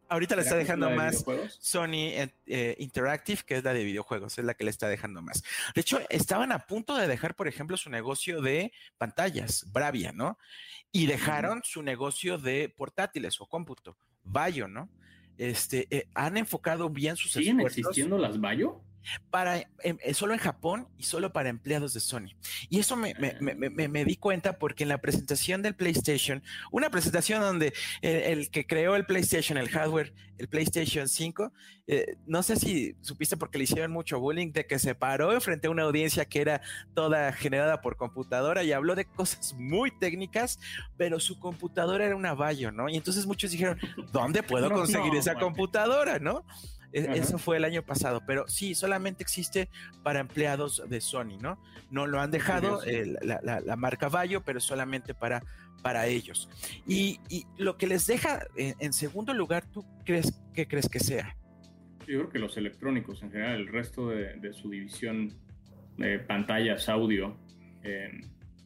E: Ahorita le está
D: ¿Será que es
E: dejando
D: la de
E: más
D: videojuegos?
E: Sony eh, eh, Interactive, que es la de videojuegos, es la que le está dejando más. De hecho, estaban a punto de dejar, por ejemplo, su negocio de pantallas, Bravia, ¿no? Y dejaron su negocio de portátiles o cómputo, Vaio, ¿no? Este, eh, han enfocado bien sus
D: ¿Siguen
E: esfuerzos
D: existiendo las Bayo?
E: para em, eh, solo en Japón y solo para empleados de Sony. Y eso me, me, me, me, me di cuenta porque en la presentación del PlayStation, una presentación donde el, el que creó el PlayStation, el hardware, el PlayStation cinco, eh, no sé si supiste porque le hicieron mucho bullying, de que se paró frente a una audiencia que era toda generada por computadora y habló de cosas muy técnicas, pero su computadora era una Vaio, ¿no? Y entonces muchos dijeron, ¿dónde puedo
D: No,
E: conseguir
D: no,
E: esa
D: bueno.
E: computadora, no?
D: Ajá.
E: Eso fue el año pasado, pero sí, solamente existe para empleados de Sony, ¿no? No lo han dejado, eh, la, la, la marca Vaio, pero solamente para, para ellos. Y, y lo que les deja en, en segundo lugar, ¿tú crees qué crees que sea?
D: Yo creo que los electrónicos en general, el resto de, de su división, eh, pantallas, audio. Eh,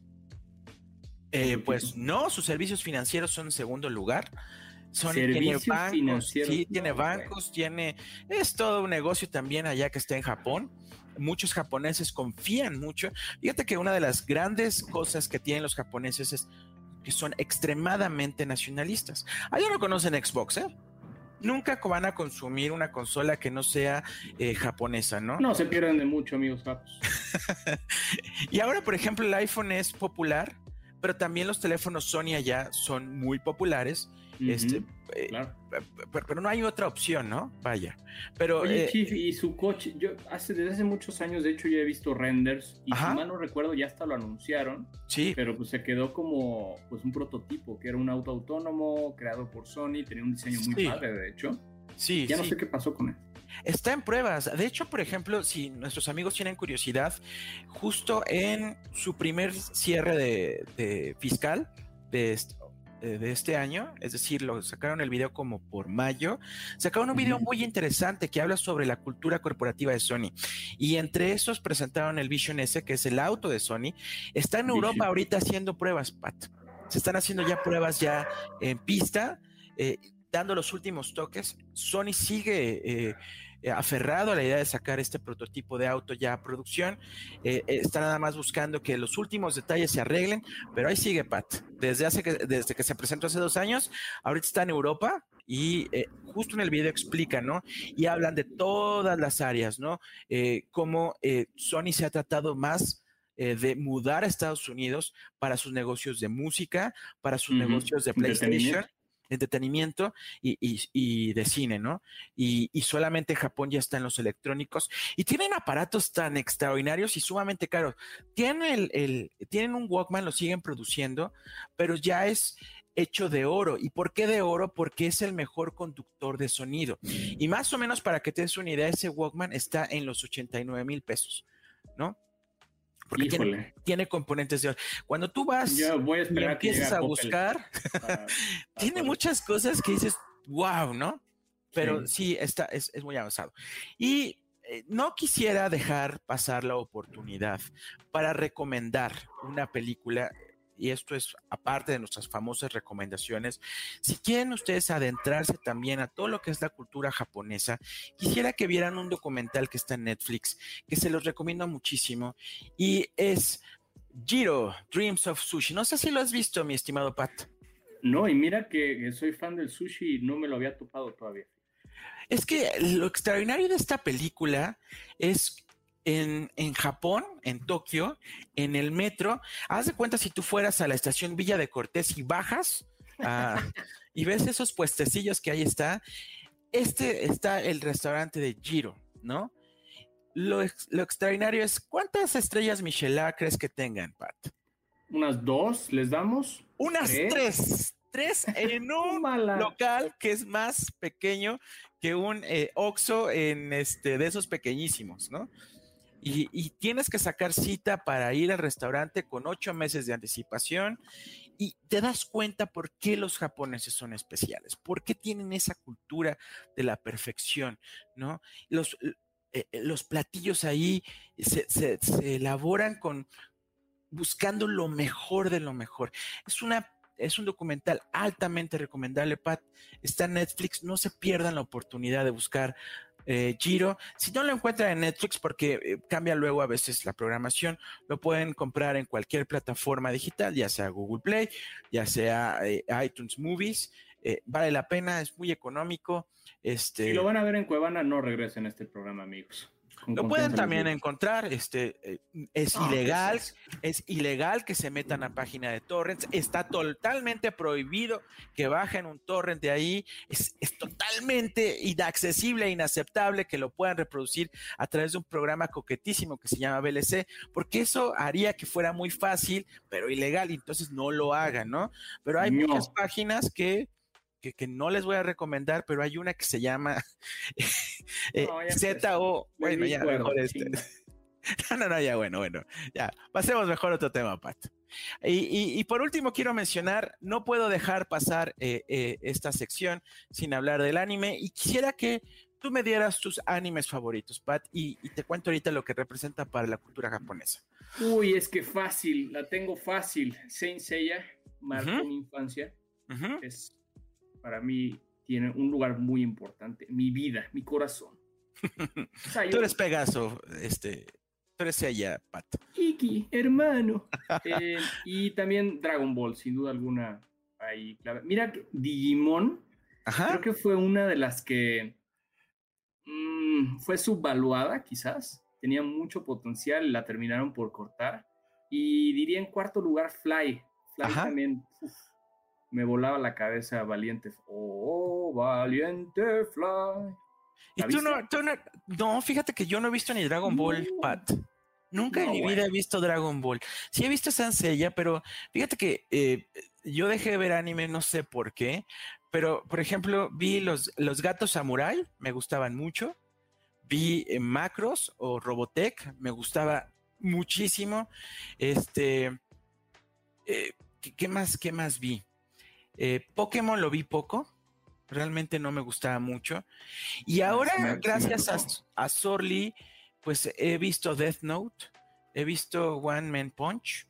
E: Eh, pues no, sus servicios financieros son en segundo lugar. Son, tiene
D: Servicios
E: bancos,
D: financieros.
E: sí, tiene
D: No,
E: bancos, tiene, es todo un negocio también allá que está en Japón. Muchos japoneses confían mucho. Fíjate que una de las grandes cosas que tienen los japoneses es que son extremadamente nacionalistas. Allá no conocen Xbox, ¿eh? Nunca van a consumir una consola que no sea eh, japonesa, ¿no?
D: No, se pierden de mucho, amigos japos.
E: Y ahora, por ejemplo, el iPhone es popular, pero también los teléfonos Sony allá son muy populares. Uh-huh. Este, eh, claro. pero, pero no hay otra opción, ¿no? Vaya. Pero,
D: Oye,
E: eh,
D: Chief, y su coche, yo hace, desde hace muchos años, de hecho, ya he visto renders, y ajá, si mal no recuerdo, ya hasta lo anunciaron.
E: Sí.
D: Pero pues se quedó como pues un prototipo, que era un auto autónomo, creado por Sony, tenía un diseño muy sí. padre, de hecho.
E: Sí,
D: ya
E: sí.
D: no sé qué pasó con él.
E: Está en pruebas. De hecho, por ejemplo, si nuestros amigos tienen curiosidad, justo en su primer cierre de, de fiscal de este, de este año, es decir, lo sacaron el video como por mayo, sacaron un video uh-huh. muy interesante que habla sobre la cultura corporativa de Sony. Y entre esos presentaron el Vision S, que es el auto de Sony. Está en Europa Vision. Ahorita haciendo pruebas, Pat. Se están haciendo ya pruebas ya en pista. Eh, dando los últimos toques. Sony sigue eh, aferrado a la idea de sacar este prototipo de auto ya a producción. Eh, está nada más buscando que los últimos detalles se arreglen, pero ahí sigue Pat. Desde, hace que, desde que se presentó hace dos años, ahorita está en Europa y eh, justo en el video explica, ¿no? Y hablan de todas las áreas, ¿no? Eh, cómo eh, Sony se ha tratado más Eh, de mudar a Estados Unidos para sus negocios de música, para sus uh-huh. negocios de PlayStation, entretenimiento y, y, y de cine, ¿no? Y, y solamente Japón ya está en los electrónicos y tienen aparatos tan extraordinarios y sumamente caros. Tienen, el, el, tienen un Walkman, lo siguen produciendo, pero ya es hecho de oro. ¿Y por qué de oro? Porque es el mejor conductor de sonido. Y más o menos para que te des una idea, ese Walkman está en los ochenta y nueve mil pesos, ¿no? Porque tiene, tiene componentes de oro. Cuando tú vas
D: Yo voy a
E: y empiezas a, a buscar,
D: para, para
E: tiene
D: poder.
E: muchas cosas que dices, wow, ¿no? Pero sí, sí está, es, es muy avanzado. Y eh, no quisiera dejar pasar la oportunidad para recomendar una película, y esto es aparte de nuestras famosas recomendaciones. Si quieren ustedes adentrarse también a todo lo que es la cultura japonesa, quisiera que vieran un documental que está en Netflix, que se los recomiendo muchísimo, y es Jiro, Dreams of Sushi. No sé si lo has visto, mi estimado Pat.
D: No, y mira que soy fan del sushi y no me lo había topado todavía.
E: Es que lo extraordinario de esta película es En, en Japón, en Tokio, en el metro, haz de cuenta si tú fueras a la estación Villa de Cortés y bajas uh, y ves esos puestecillos que ahí está, este está el restaurante de Jiro, ¿no? Lo, lo extraordinario es, ¿cuántas estrellas Michelin crees que tengan, Pat?
D: ¿Unas dos les damos?
E: Unas tres. Tres, tres en un local que es más pequeño que un eh, Oxxo en este, de esos pequeñísimos, ¿no? Y, y tienes que sacar cita para ir al restaurante con ocho meses de anticipación y te das cuenta por qué los japoneses son especiales, por qué tienen esa cultura de la perfección, ¿no? Los, eh, los platillos ahí se, se, se elaboran con buscando lo mejor de lo mejor. Es una es un documental altamente recomendable, Pat. Está en Netflix, no se pierdan la oportunidad de buscar eh, Jiro. Si no lo encuentran en Netflix, porque eh, cambia luego a veces la programación, lo pueden comprar en cualquier plataforma digital, ya sea Google Play, ya sea eh, iTunes Movies. Eh, vale la pena, es muy económico. Este,
D: si lo van a ver en Cuevana, no regresen a este programa, amigos. Con
E: Lo pueden
D: confianza
E: también
D: les digo.
E: encontrar, este, eh, es
D: No,
E: ilegal,
D: ¿qué es eso?
E: es ilegal que se metan a página de torrents, está totalmente prohibido que bajen un torrent de ahí, es, es totalmente inaccesible e inaceptable que lo puedan reproducir a través de un programa coquetísimo que se llama V L C, porque eso haría que fuera muy fácil, pero ilegal, y entonces no lo hagan, ¿no? Pero hay
D: No.
E: muchas páginas que... Que, que no les voy a recomendar, pero hay una que se llama eh,
D: No, ya
E: Z O,
D: empezó.
E: bueno,
D: Me
E: ya
D: acuerdo,
E: mejor este.
D: chinga.
E: No, no, no, ya bueno, bueno, ya, pasemos mejor a otro tema, Pat. Y, y, y por último quiero mencionar, no puedo dejar pasar eh, eh, esta sección sin hablar del anime, y quisiera que tú me dieras tus animes favoritos, Pat, y, y te cuento ahorita lo que representa para la cultura japonesa.
D: Uy, es que fácil, la tengo fácil. Saint Seiya marcó
E: Ujú.
D: mi infancia.
E: Ujú.
D: Es, para mí, tiene un lugar muy importante. Mi vida, mi corazón. O sea,
E: Tú
D: yo-
E: eres Pegaso, este, tú eres ella, Pat.
D: Kiki, hermano. Eh, y también Dragon Ball, sin duda alguna. Ahí, clave. Mira, que Digimon,
E: Ajá.
D: creo que fue una de las que mm, fue subvaluada, quizás. Tenía mucho potencial, la terminaron por cortar. Y diría en cuarto lugar Fly. Fly
E: Ajá.
D: también uf, me volaba la cabeza Valiente. Oh, Valiente Fly.
E: Y
D: ¿La
E: tú
D: viste?
E: no, tú no, no, fíjate que yo no he visto ni Dragon Ball,
D: No.
E: Pat. Nunca en
D: No,
E: mi
D: bueno.
E: vida he visto Dragon Ball. Sí he visto Saint Seiya, pero fíjate que eh, yo dejé de ver anime, no sé por qué, pero por ejemplo vi los, los Gatos Samurai, me gustaban mucho. Vi eh, Macros o Robotech, me gustaba muchísimo. Este, eh, ¿qué, qué más, qué más vi? Eh, Pokémon lo vi poco, realmente no me gustaba mucho. Y
D: Ah,
E: ahora,
D: sí me- sí me
E: gracias a,
D: tocó.
E: a Sorly, pues he visto Death Note, he visto One Man Punch,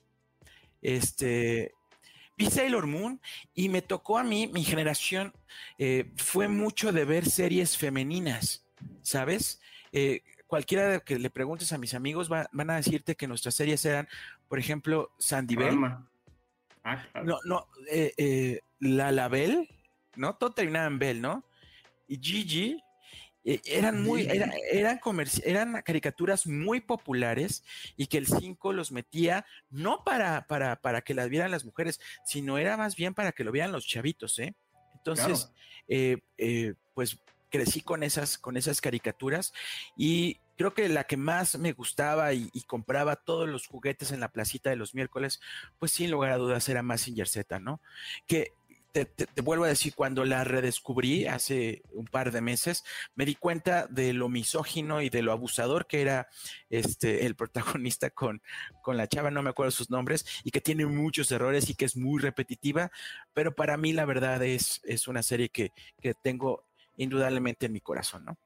E: este, vi Sailor Moon, y me tocó a mí, mi generación, eh, fue mucho de ver series femeninas, ¿sabes? Eh, cualquiera de que le preguntes a mis amigos va- van a decirte que nuestras series eran, por ejemplo, Sandy Bell,
D: Ranma. Ah, claro.
E: no, no, eh, eh, La La Bell, ¿no? Todo terminaba en Bell, ¿no? Y Gigi, eh, eran muy,
D: Gigi.
E: era- eran, comerci- eran caricaturas muy populares, y que el cinco los metía no para, para, para que las vieran las mujeres, sino era más bien para que lo vieran los chavitos, ¿eh? Entonces,
D: Claro.
E: eh, eh, pues crecí con esas, con esas caricaturas, y creo que la que más me gustaba y, y compraba todos los juguetes en la placita de los miércoles, pues sin lugar a dudas era Mazinger Z, ¿no? Que te, te, te vuelvo a decir, cuando la redescubrí hace un par de meses, me di cuenta de lo misógino y de lo abusador que era este, el protagonista con, con la chava, no me acuerdo sus nombres, y que tiene muchos errores y que es muy repetitiva, pero para mí la verdad es, es una serie que, que tengo indudablemente en mi corazón, ¿no?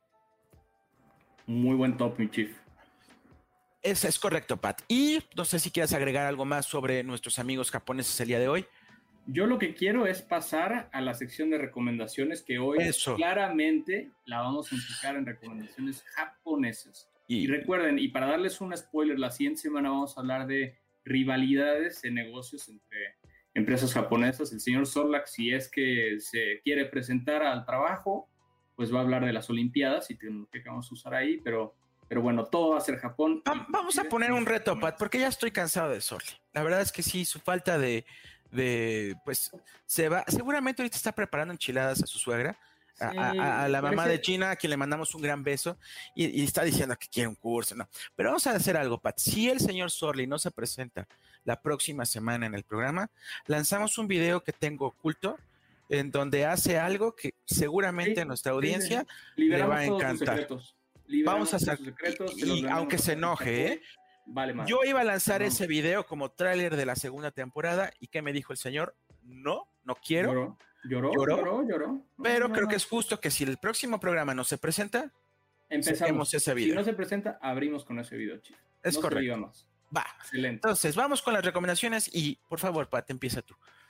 D: Muy buen top, mi chief.
E: Es, es correcto, Pat. Y no sé si quieres agregar algo más sobre nuestros amigos japoneses el día de hoy.
D: Yo lo que quiero es pasar a la sección de recomendaciones, que hoy
E: Eso.
D: claramente la vamos a enfocar en recomendaciones japonesas. Y,
E: Y
D: recuerden, y para darles un spoiler, la siguiente semana vamos a hablar de rivalidades de negocios entre empresas japonesas. El señor Sorlac, si es que se quiere presentar al trabajo, pues va a hablar de las Olimpiadas y tecnología que vamos a usar ahí, pero, pero bueno, todo va a ser Japón.
E: va- vamos a poner un reto, Pat, porque ya estoy cansado de Sorli. La verdad es que sí, su falta de, de pues, se va, seguramente ahorita está preparando enchiladas a su suegra, a,
D: Sí,
E: a- a la mamá
D: parece-
E: de China, a quien le mandamos un gran beso, y, y está diciendo que quiere un curso, ¿no? Pero vamos a hacer algo, Pat. Si el señor Sorli no se presenta la próxima semana en el programa, lanzamos un video que tengo oculto, en donde hace algo que seguramente
D: Sí,
E: a nuestra
D: sí,
E: audiencia
D: sí. Liberamos
E: le va a
D: todos sus
E: encantar.
D: secretos. Liberamos
E: Vamos a
D: todos
E: sac-
D: sus secretos,
E: y-
D: se los
E: y
D: vendemos
E: aunque
D: a
E: se
D: Japón.
E: enoje, ¿eh?
D: Vale más.
E: Yo iba a lanzar
D: No.
E: ese video como tráiler de la segunda temporada, y ¿qué me dijo el señor? No, no quiero,
D: Lloró, lloró,
E: ¿Lloró?
D: lloró, lloró. No,
E: pero
D: no,
E: creo
D: no.
E: que es justo que si el próximo programa no se presenta,
D: Empezamos.
E: saquemos ese
D: Si
E: video.
D: no se presenta, abrimos con ese video, chico.
E: Es
D: no
E: correcto.
D: Se diga más.
E: Va.
D: Excelente.
E: Entonces, vamos con las recomendaciones y, por favor, Pat, empieza tú.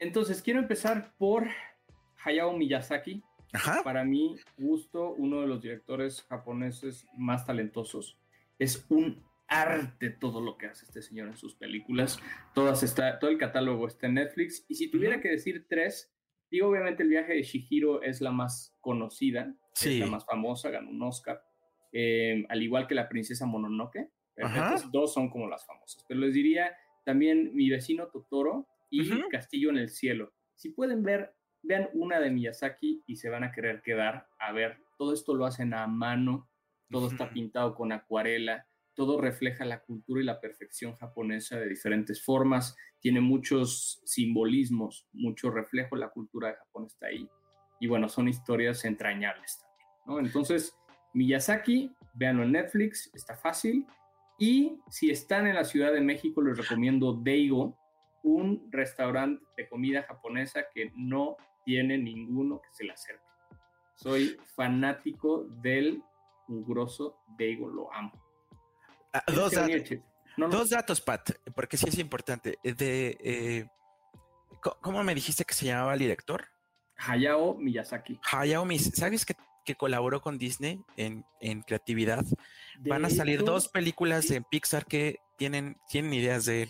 D: Entonces, quiero empezar por Hayao Miyazaki.
E: Ajá.
D: Para mí, gusto, uno de los directores japoneses más talentosos. Es un arte todo lo que hace este señor en sus películas. Todas está, todo el catálogo está en Netflix. Y si tuviera uh-huh. que decir tres, digo, obviamente El viaje de Chihiro es la más conocida,
E: sí.
D: es la más famosa, ganó un Oscar. Eh, al igual que La princesa Mononoke. Pero estas dos son como las famosas. Pero les diría también Mi vecino Totoro y uh-huh. Castillo en el cielo. Si pueden ver, vean una de Miyazaki y se van a querer quedar a ver. Todo esto lo hacen a mano, todo uh-huh. está pintado con acuarela, todo refleja la cultura y la perfección japonesa de diferentes formas, tiene muchos simbolismos, mucho reflejo de la cultura de Japón está ahí. Y bueno, son historias entrañables también, ¿no? Entonces, Miyazaki, véanlo en Netflix, está fácil. Y si están en la Ciudad de México, les recomiendo Daigo, un restaurante de comida japonesa que no tiene ninguno que se le acerque. Soy fanático del mugroso Daigo, lo amo.
E: Ah, dos, datos, no, no. dos datos, Pat, porque sí es importante. De, eh, ¿Cómo me dijiste que se llamaba el director?
D: Hayao Miyazaki.
E: Hayao Miyazaki. ¿Sabes que, que colaboró con Disney en, en creatividad? De Van a salir hecho, dos películas sí. en Pixar que tienen, tienen ideas de él.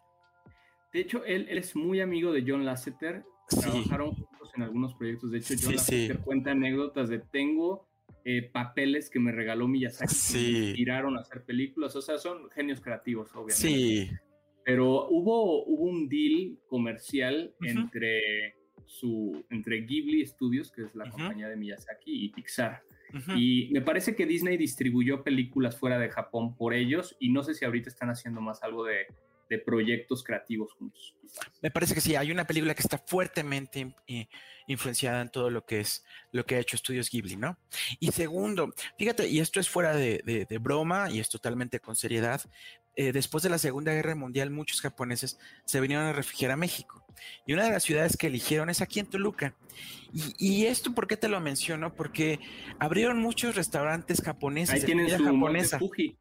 D: De hecho, él, él es muy amigo de John Lasseter. Sí. Trabajaron juntos en algunos proyectos. De hecho, John sí, Lasseter sí. cuenta anécdotas de tengo eh, papeles que me regaló Miyazaki sí. que me inspiraron a hacer películas. O sea, son genios creativos, obviamente.
E: Sí.
D: Pero hubo, hubo un deal comercial uh-huh. entre, su, entre Ghibli Studios, que es la uh-huh. compañía de Miyazaki, y Pixar. Uh-huh. Y me parece que Disney distribuyó películas fuera de Japón por ellos, y no sé si ahorita están haciendo más algo de... de proyectos creativos juntos.
E: Me parece que sí, hay una película que está fuertemente eh, influenciada en todo lo que es lo que ha hecho Estudios Ghibli, ¿no? Y segundo, fíjate, y esto es fuera de, de, de broma y es totalmente con seriedad, eh, después de la Segunda Guerra Mundial muchos japoneses se vinieron a refugiar a México y una de las ciudades que eligieron es aquí en Toluca. Y, y esto, ¿por qué te lo menciono? Porque abrieron muchos restaurantes japoneses.
D: Ahí tienen su japonesa. Fuji.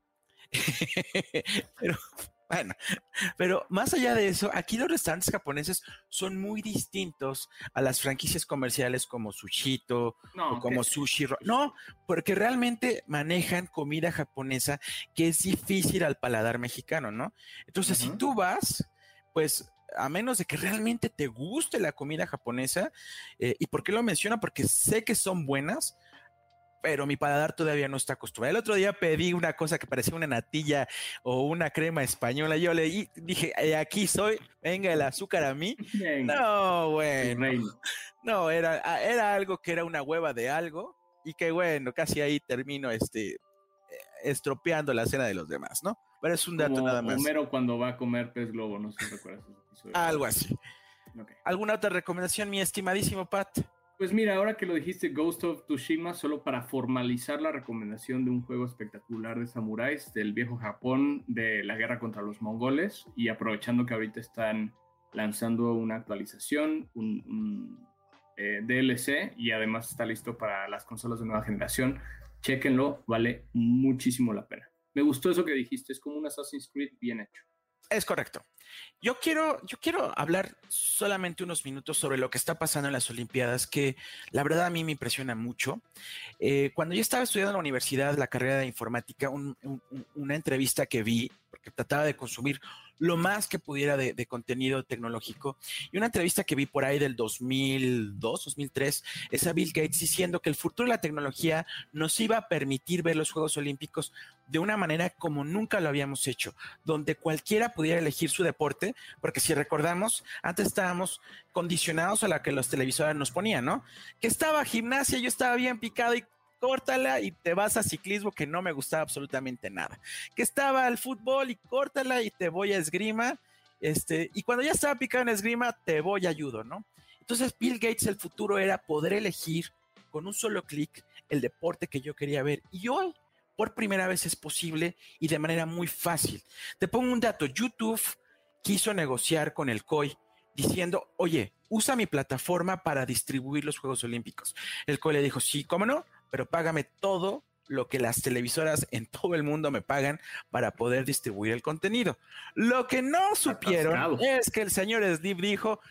E: Pero... Bueno, pero más allá de eso, aquí los restaurantes japoneses son muy distintos a las franquicias comerciales como Sushito no, o como Sushi Roll. No, porque realmente manejan comida japonesa que es difícil al paladar mexicano, ¿no? Entonces, uh-huh. si tú vas, pues... a menos de que realmente te guste la comida japonesa, eh, ¿y por qué lo menciono? Porque sé que son buenas, pero mi paladar todavía no está acostumbrado. El otro día pedí una cosa que parecía una natilla o una crema española. Yo le dije, eh, aquí soy, venga el azúcar a mí. Venga. No, bueno. No, era, era algo que era una hueva de algo y que bueno, casi ahí termino este, estropeando la cena de los demás, ¿no? Pero es un dato
D: Como
E: nada más.
D: Homero cuando va a comer pez globo, no sé si recuerdas ese episodio.
E: Algo así. Okay. ¿Alguna otra recomendación, mi estimadísimo Pat?
D: Pues mira, ahora que lo dijiste, Ghost of Tsushima, solo para formalizar la recomendación de un juego espectacular de samuráis del viejo Japón, de la guerra contra los mongoles, y aprovechando que ahorita están lanzando una actualización, un, un eh, D L C, y además está listo para las consolas de nueva generación, chéquenlo, vale muchísimo la pena. Me gustó eso que dijiste, es como un Assassin's Creed bien hecho.
E: Es correcto. Yo quiero, yo quiero hablar solamente unos minutos sobre lo que está pasando en las Olimpiadas, que la verdad a mí me impresiona mucho. Eh, cuando yo estaba estudiando en la universidad la carrera de informática, un, un, una entrevista que vi, porque trataba de consumir lo más que pudiera de, de contenido tecnológico, y una entrevista que vi por ahí del dos mil dos, dos mil tres, es a Bill Gates diciendo que el futuro de la tecnología nos iba a permitir ver los Juegos Olímpicos de una manera como nunca lo habíamos hecho, donde cualquiera pudiera elegir su deporte, porque si recordamos, antes estábamos condicionados a la que los televisores nos ponían, ¿no? Que estaba gimnasia, yo estaba bien picado y córtala y te vas a ciclismo, que no me gustaba absolutamente nada. Que estaba el fútbol y córtala y te voy a esgrima, este, y cuando ya estaba picado en esgrima, te voy a judo, ¿no? Entonces Bill Gates, el futuro era poder elegir con un solo clic el deporte que yo quería ver, y hoy por primera vez es posible y de manera muy fácil. Te pongo un dato, YouTube quiso negociar con el C O I diciendo, oye, usa mi plataforma para distribuir los Juegos Olímpicos. El C O I le dijo, sí, ¿cómo no? Pero págame todo lo que las televisoras en todo el mundo me pagan para poder distribuir el contenido. Lo que no supieron es que el señor Slim dijo,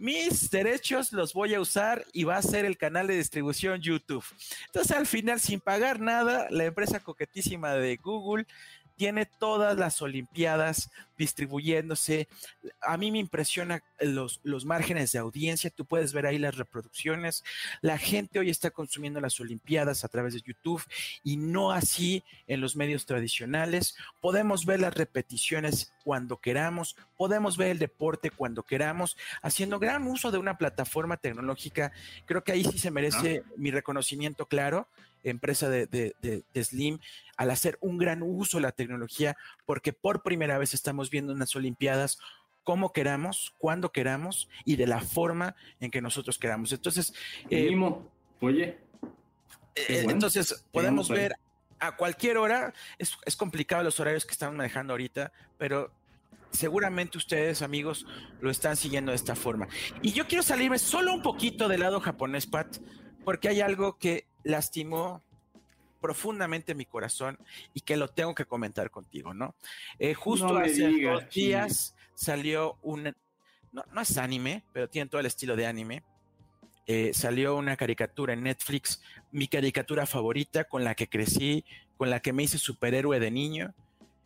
E: mis derechos los voy a usar y va a ser el canal de distribución YouTube. Entonces, al final, sin pagar nada, la empresa coquetísima de Google tiene todas las Olimpiadas distribuyéndose. A mí me impresiona los, los márgenes de audiencia. Tú puedes ver ahí las reproducciones. La gente hoy está consumiendo las Olimpiadas a través de YouTube y no así en los medios tradicionales. Podemos ver las repeticiones cuando queramos. Podemos ver el deporte cuando queramos, haciendo gran uso de una plataforma tecnológica. Creo que ahí sí se merece ah. mi reconocimiento, claro, empresa de, de, de, de Slim, al hacer un gran uso de la tecnología, porque por primera vez estamos viendo unas Olimpiadas como queramos, cuando queramos y de la forma en que nosotros queramos. Entonces,
D: eh, Mimo, oye,
E: eh, bueno. entonces podemos ver a cualquier hora. Es, es complicado los horarios que estamos manejando ahorita, pero seguramente ustedes, amigos, lo están siguiendo de esta forma. Y yo quiero salirme solo un poquito del lado japonés, Pat, porque hay algo que lastimó profundamente mi corazón y que lo tengo que comentar contigo, ¿no? Eh, justo
D: no
E: hace
D: digas,
E: dos días sí. salió un, no, no es anime, pero tiene todo el estilo de anime. Eh, salió una caricatura en Netflix, mi caricatura favorita, con la que crecí, con la que me hice superhéroe de niño,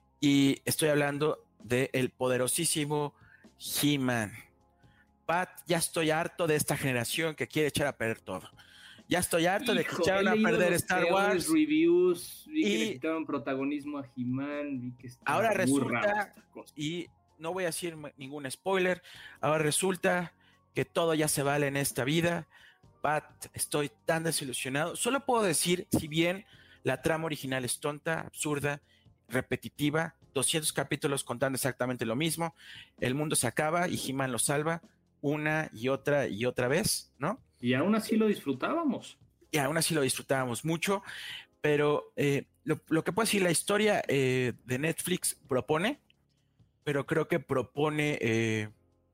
E: y estoy hablando del poderosísimo He-Man. Pat, ya estoy harto de esta generación que quiere echar a perder todo. Ya estoy harto Hijo, de que echaron a perder Star Wars.
D: Reviews, vi y que le quitaron protagonismo a He-Man, vi que
E: ahora resulta, y no voy a decir ningún spoiler, ahora resulta que todo ya se vale en esta vida. Pat, estoy tan desilusionado. Solo puedo decir, si bien la trama original es tonta, absurda, repetitiva, doscientos capítulos contando exactamente lo mismo, el mundo se acaba y He-Man lo salva una y otra y otra vez, ¿no?
D: Y aún así lo disfrutábamos.
E: Y aún así lo disfrutábamos mucho, pero eh, lo, lo que puedo decir, la historia eh, de Netflix propone, pero creo que propone eh,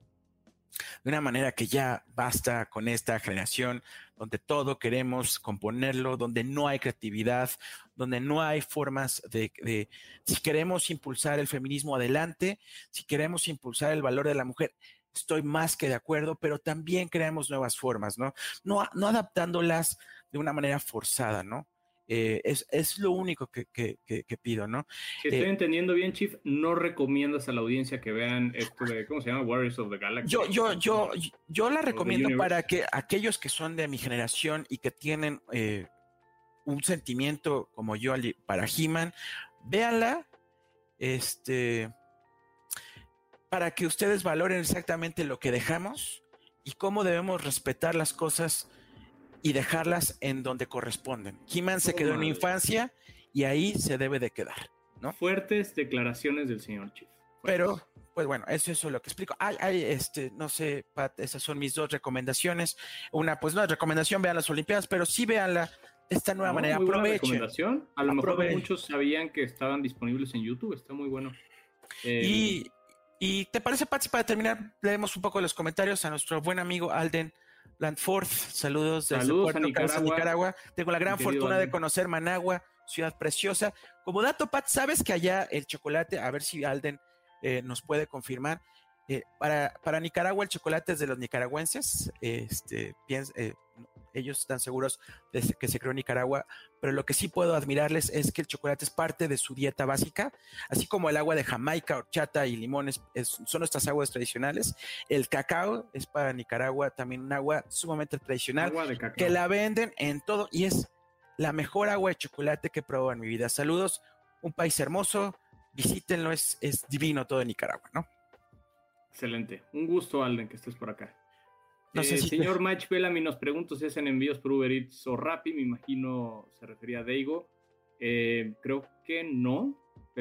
E: de una manera que ya basta con esta generación, donde todo queremos componerlo, donde no hay creatividad, donde no hay formas de, de, si queremos impulsar el feminismo adelante, si queremos impulsar el valor de la mujer, estoy más que de acuerdo, pero también creamos nuevas formas, ¿no? No, no adaptándolas de una manera forzada, ¿no? Eh, es, es lo único que, que, que, que pido, ¿no?
D: Si estoy eh, entendiendo bien, Chief, no recomiendas a la audiencia que vean esto de, ¿cómo se llama? Warriors of the Galaxy.
E: Yo, yo, yo, yo la recomiendo para que aquellos que son de mi generación y que tienen eh, un sentimiento como yo para He-Man, véanla, este... para que ustedes valoren exactamente lo que dejamos y cómo debemos respetar las cosas y dejarlas en donde corresponden. He-Man se quedó oh, en la infancia y ahí se debe de quedar, ¿no?
D: Fuertes declaraciones del señor Chief.
E: Pero, pues bueno, eso, eso es lo que explico. Hay, hay, este, no sé, Pat, esas son mis dos recomendaciones. Una, pues no es recomendación, vean las Olimpiadas, pero sí veanla de esta nueva no, manera.
D: Muy
E: aprovechen.
D: Recomendación. A lo Aprove- mejor muchos sabían que estaban disponibles en YouTube, está muy bueno.
E: Eh, y... ¿Y te parece, Patsy, para terminar, leemos un poco de los comentarios a nuestro buen amigo Alden Landforth? Saludos desde
D: Saludos
E: Puerto
D: a Nicaragua.
E: Cabeza, Nicaragua. Tengo la gran fortuna
D: Alden.
E: de conocer Managua, ciudad preciosa. Como dato, Pat, ¿sabes que allá el chocolate, a ver si Alden eh, nos puede confirmar, eh, para, para Nicaragua el chocolate es de los nicaragüenses? Este, piensa, eh, ellos están seguros de que se creó en Nicaragua, pero lo que sí puedo admirarles es que el chocolate es parte de su dieta básica, así como el agua de Jamaica, horchata y limones es, son nuestras aguas tradicionales. El cacao es para Nicaragua también un agua sumamente tradicional,
D: agua de cacao,
E: que la venden en todo y es la mejor agua de chocolate que he probado en mi vida. Saludos, un país hermoso, visítenlo, es, es divino todo en Nicaragua, ¿no?
D: Excelente, un gusto, Alden, que estés por acá.
E: No
D: eh,
E: sé si
D: señor
E: te...
D: Mike Bellamy nos pregunta si hacen envíos por Uber Eats o Rappi, me imagino se refería a Daigo. Eh, creo que no,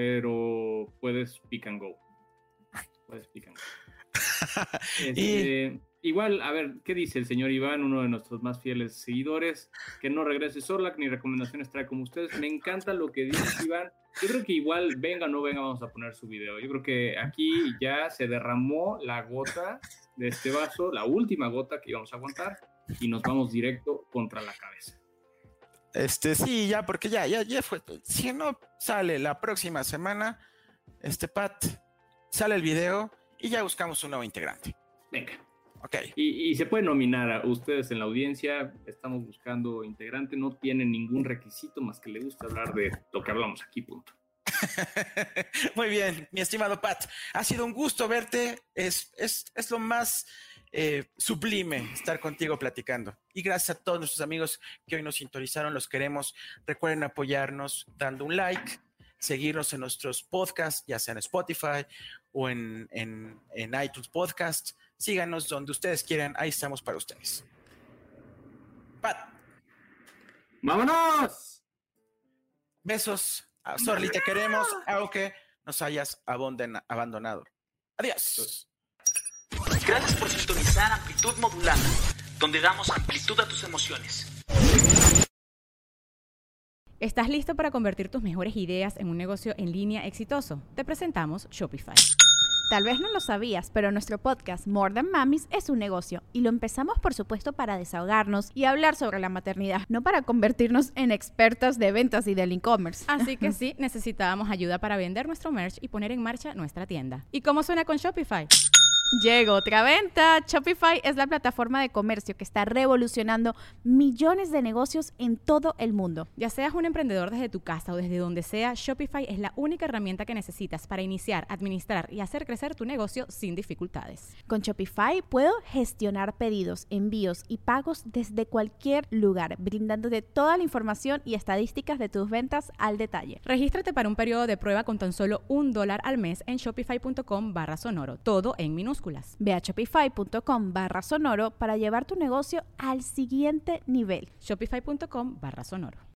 D: pero puedes pick and go. Puedes pick and go. este, y... Igual, a ver, ¿qué dice el señor Iván, uno de nuestros más fieles seguidores? Que no regrese Sorlac ni recomendaciones trae como ustedes. Me encanta lo que dice Iván. Yo creo que igual, venga o no venga, vamos a poner su video. Yo creo que aquí ya se derramó la gota de este vaso, la última gota que íbamos a aguantar, y nos vamos directo contra la cabeza.
E: Este, sí, ya, porque ya, ya, ya fue. Si no sale la próxima semana, este, Pat, sale el video y ya buscamos un nuevo integrante.
D: Venga.
E: Ok.
D: Y, y se puede nominar a ustedes en la audiencia. Estamos buscando integrante. No tienen ningún requisito más que le guste hablar de lo que hablamos aquí, punto.
E: Muy bien, mi estimado Pat. Ha sido un gusto verte. Es, es, es lo más eh, sublime estar contigo platicando. Y gracias a todos nuestros amigos que hoy nos sintonizaron. Los queremos. Recuerden apoyarnos dando un like, seguirnos en nuestros podcasts, ya sea en Spotify o en, en, en iTunes Podcast. Síganos donde ustedes quieran. Ahí estamos para ustedes. Pat.
D: ¡Vámonos!
E: Besos. Ah, Sorli, te queremos, aunque nos hayas abandon- abandonado. Adiós.
C: Gracias por sintonizar Amplitud Modulada, donde damos amplitud a tus emociones.
A: ¿Estás listo para convertir tus mejores ideas en un negocio en línea exitoso? Te presentamos Shopify.
B: Tal vez no lo sabías, pero nuestro podcast More Than Mamis es un negocio y lo empezamos por supuesto para desahogarnos y hablar sobre la maternidad, no para convertirnos en expertas de ventas y del e-commerce.
A: Así que sí, necesitábamos ayuda para vender nuestro merch y poner en marcha nuestra tienda. ¿Y cómo suena con Shopify?
B: Llegó otra venta. Shopify es la plataforma de comercio que está revolucionando millones de negocios en todo el mundo.
A: Ya seas un emprendedor desde tu casa o desde donde sea, Shopify es la única herramienta que necesitas para iniciar, administrar y hacer crecer tu negocio sin dificultades.
B: Con Shopify puedo gestionar pedidos, envíos y pagos desde cualquier lugar, brindándote toda la información y estadísticas de tus ventas al detalle.
A: Regístrate para un periodo de prueba con tan solo un dólar al mes en shopify.com barra sonoro, todo en minúsculas.
B: Ve a shopify.com barra sonoro para llevar tu negocio al siguiente nivel.
A: Shopify.com barra sonoro.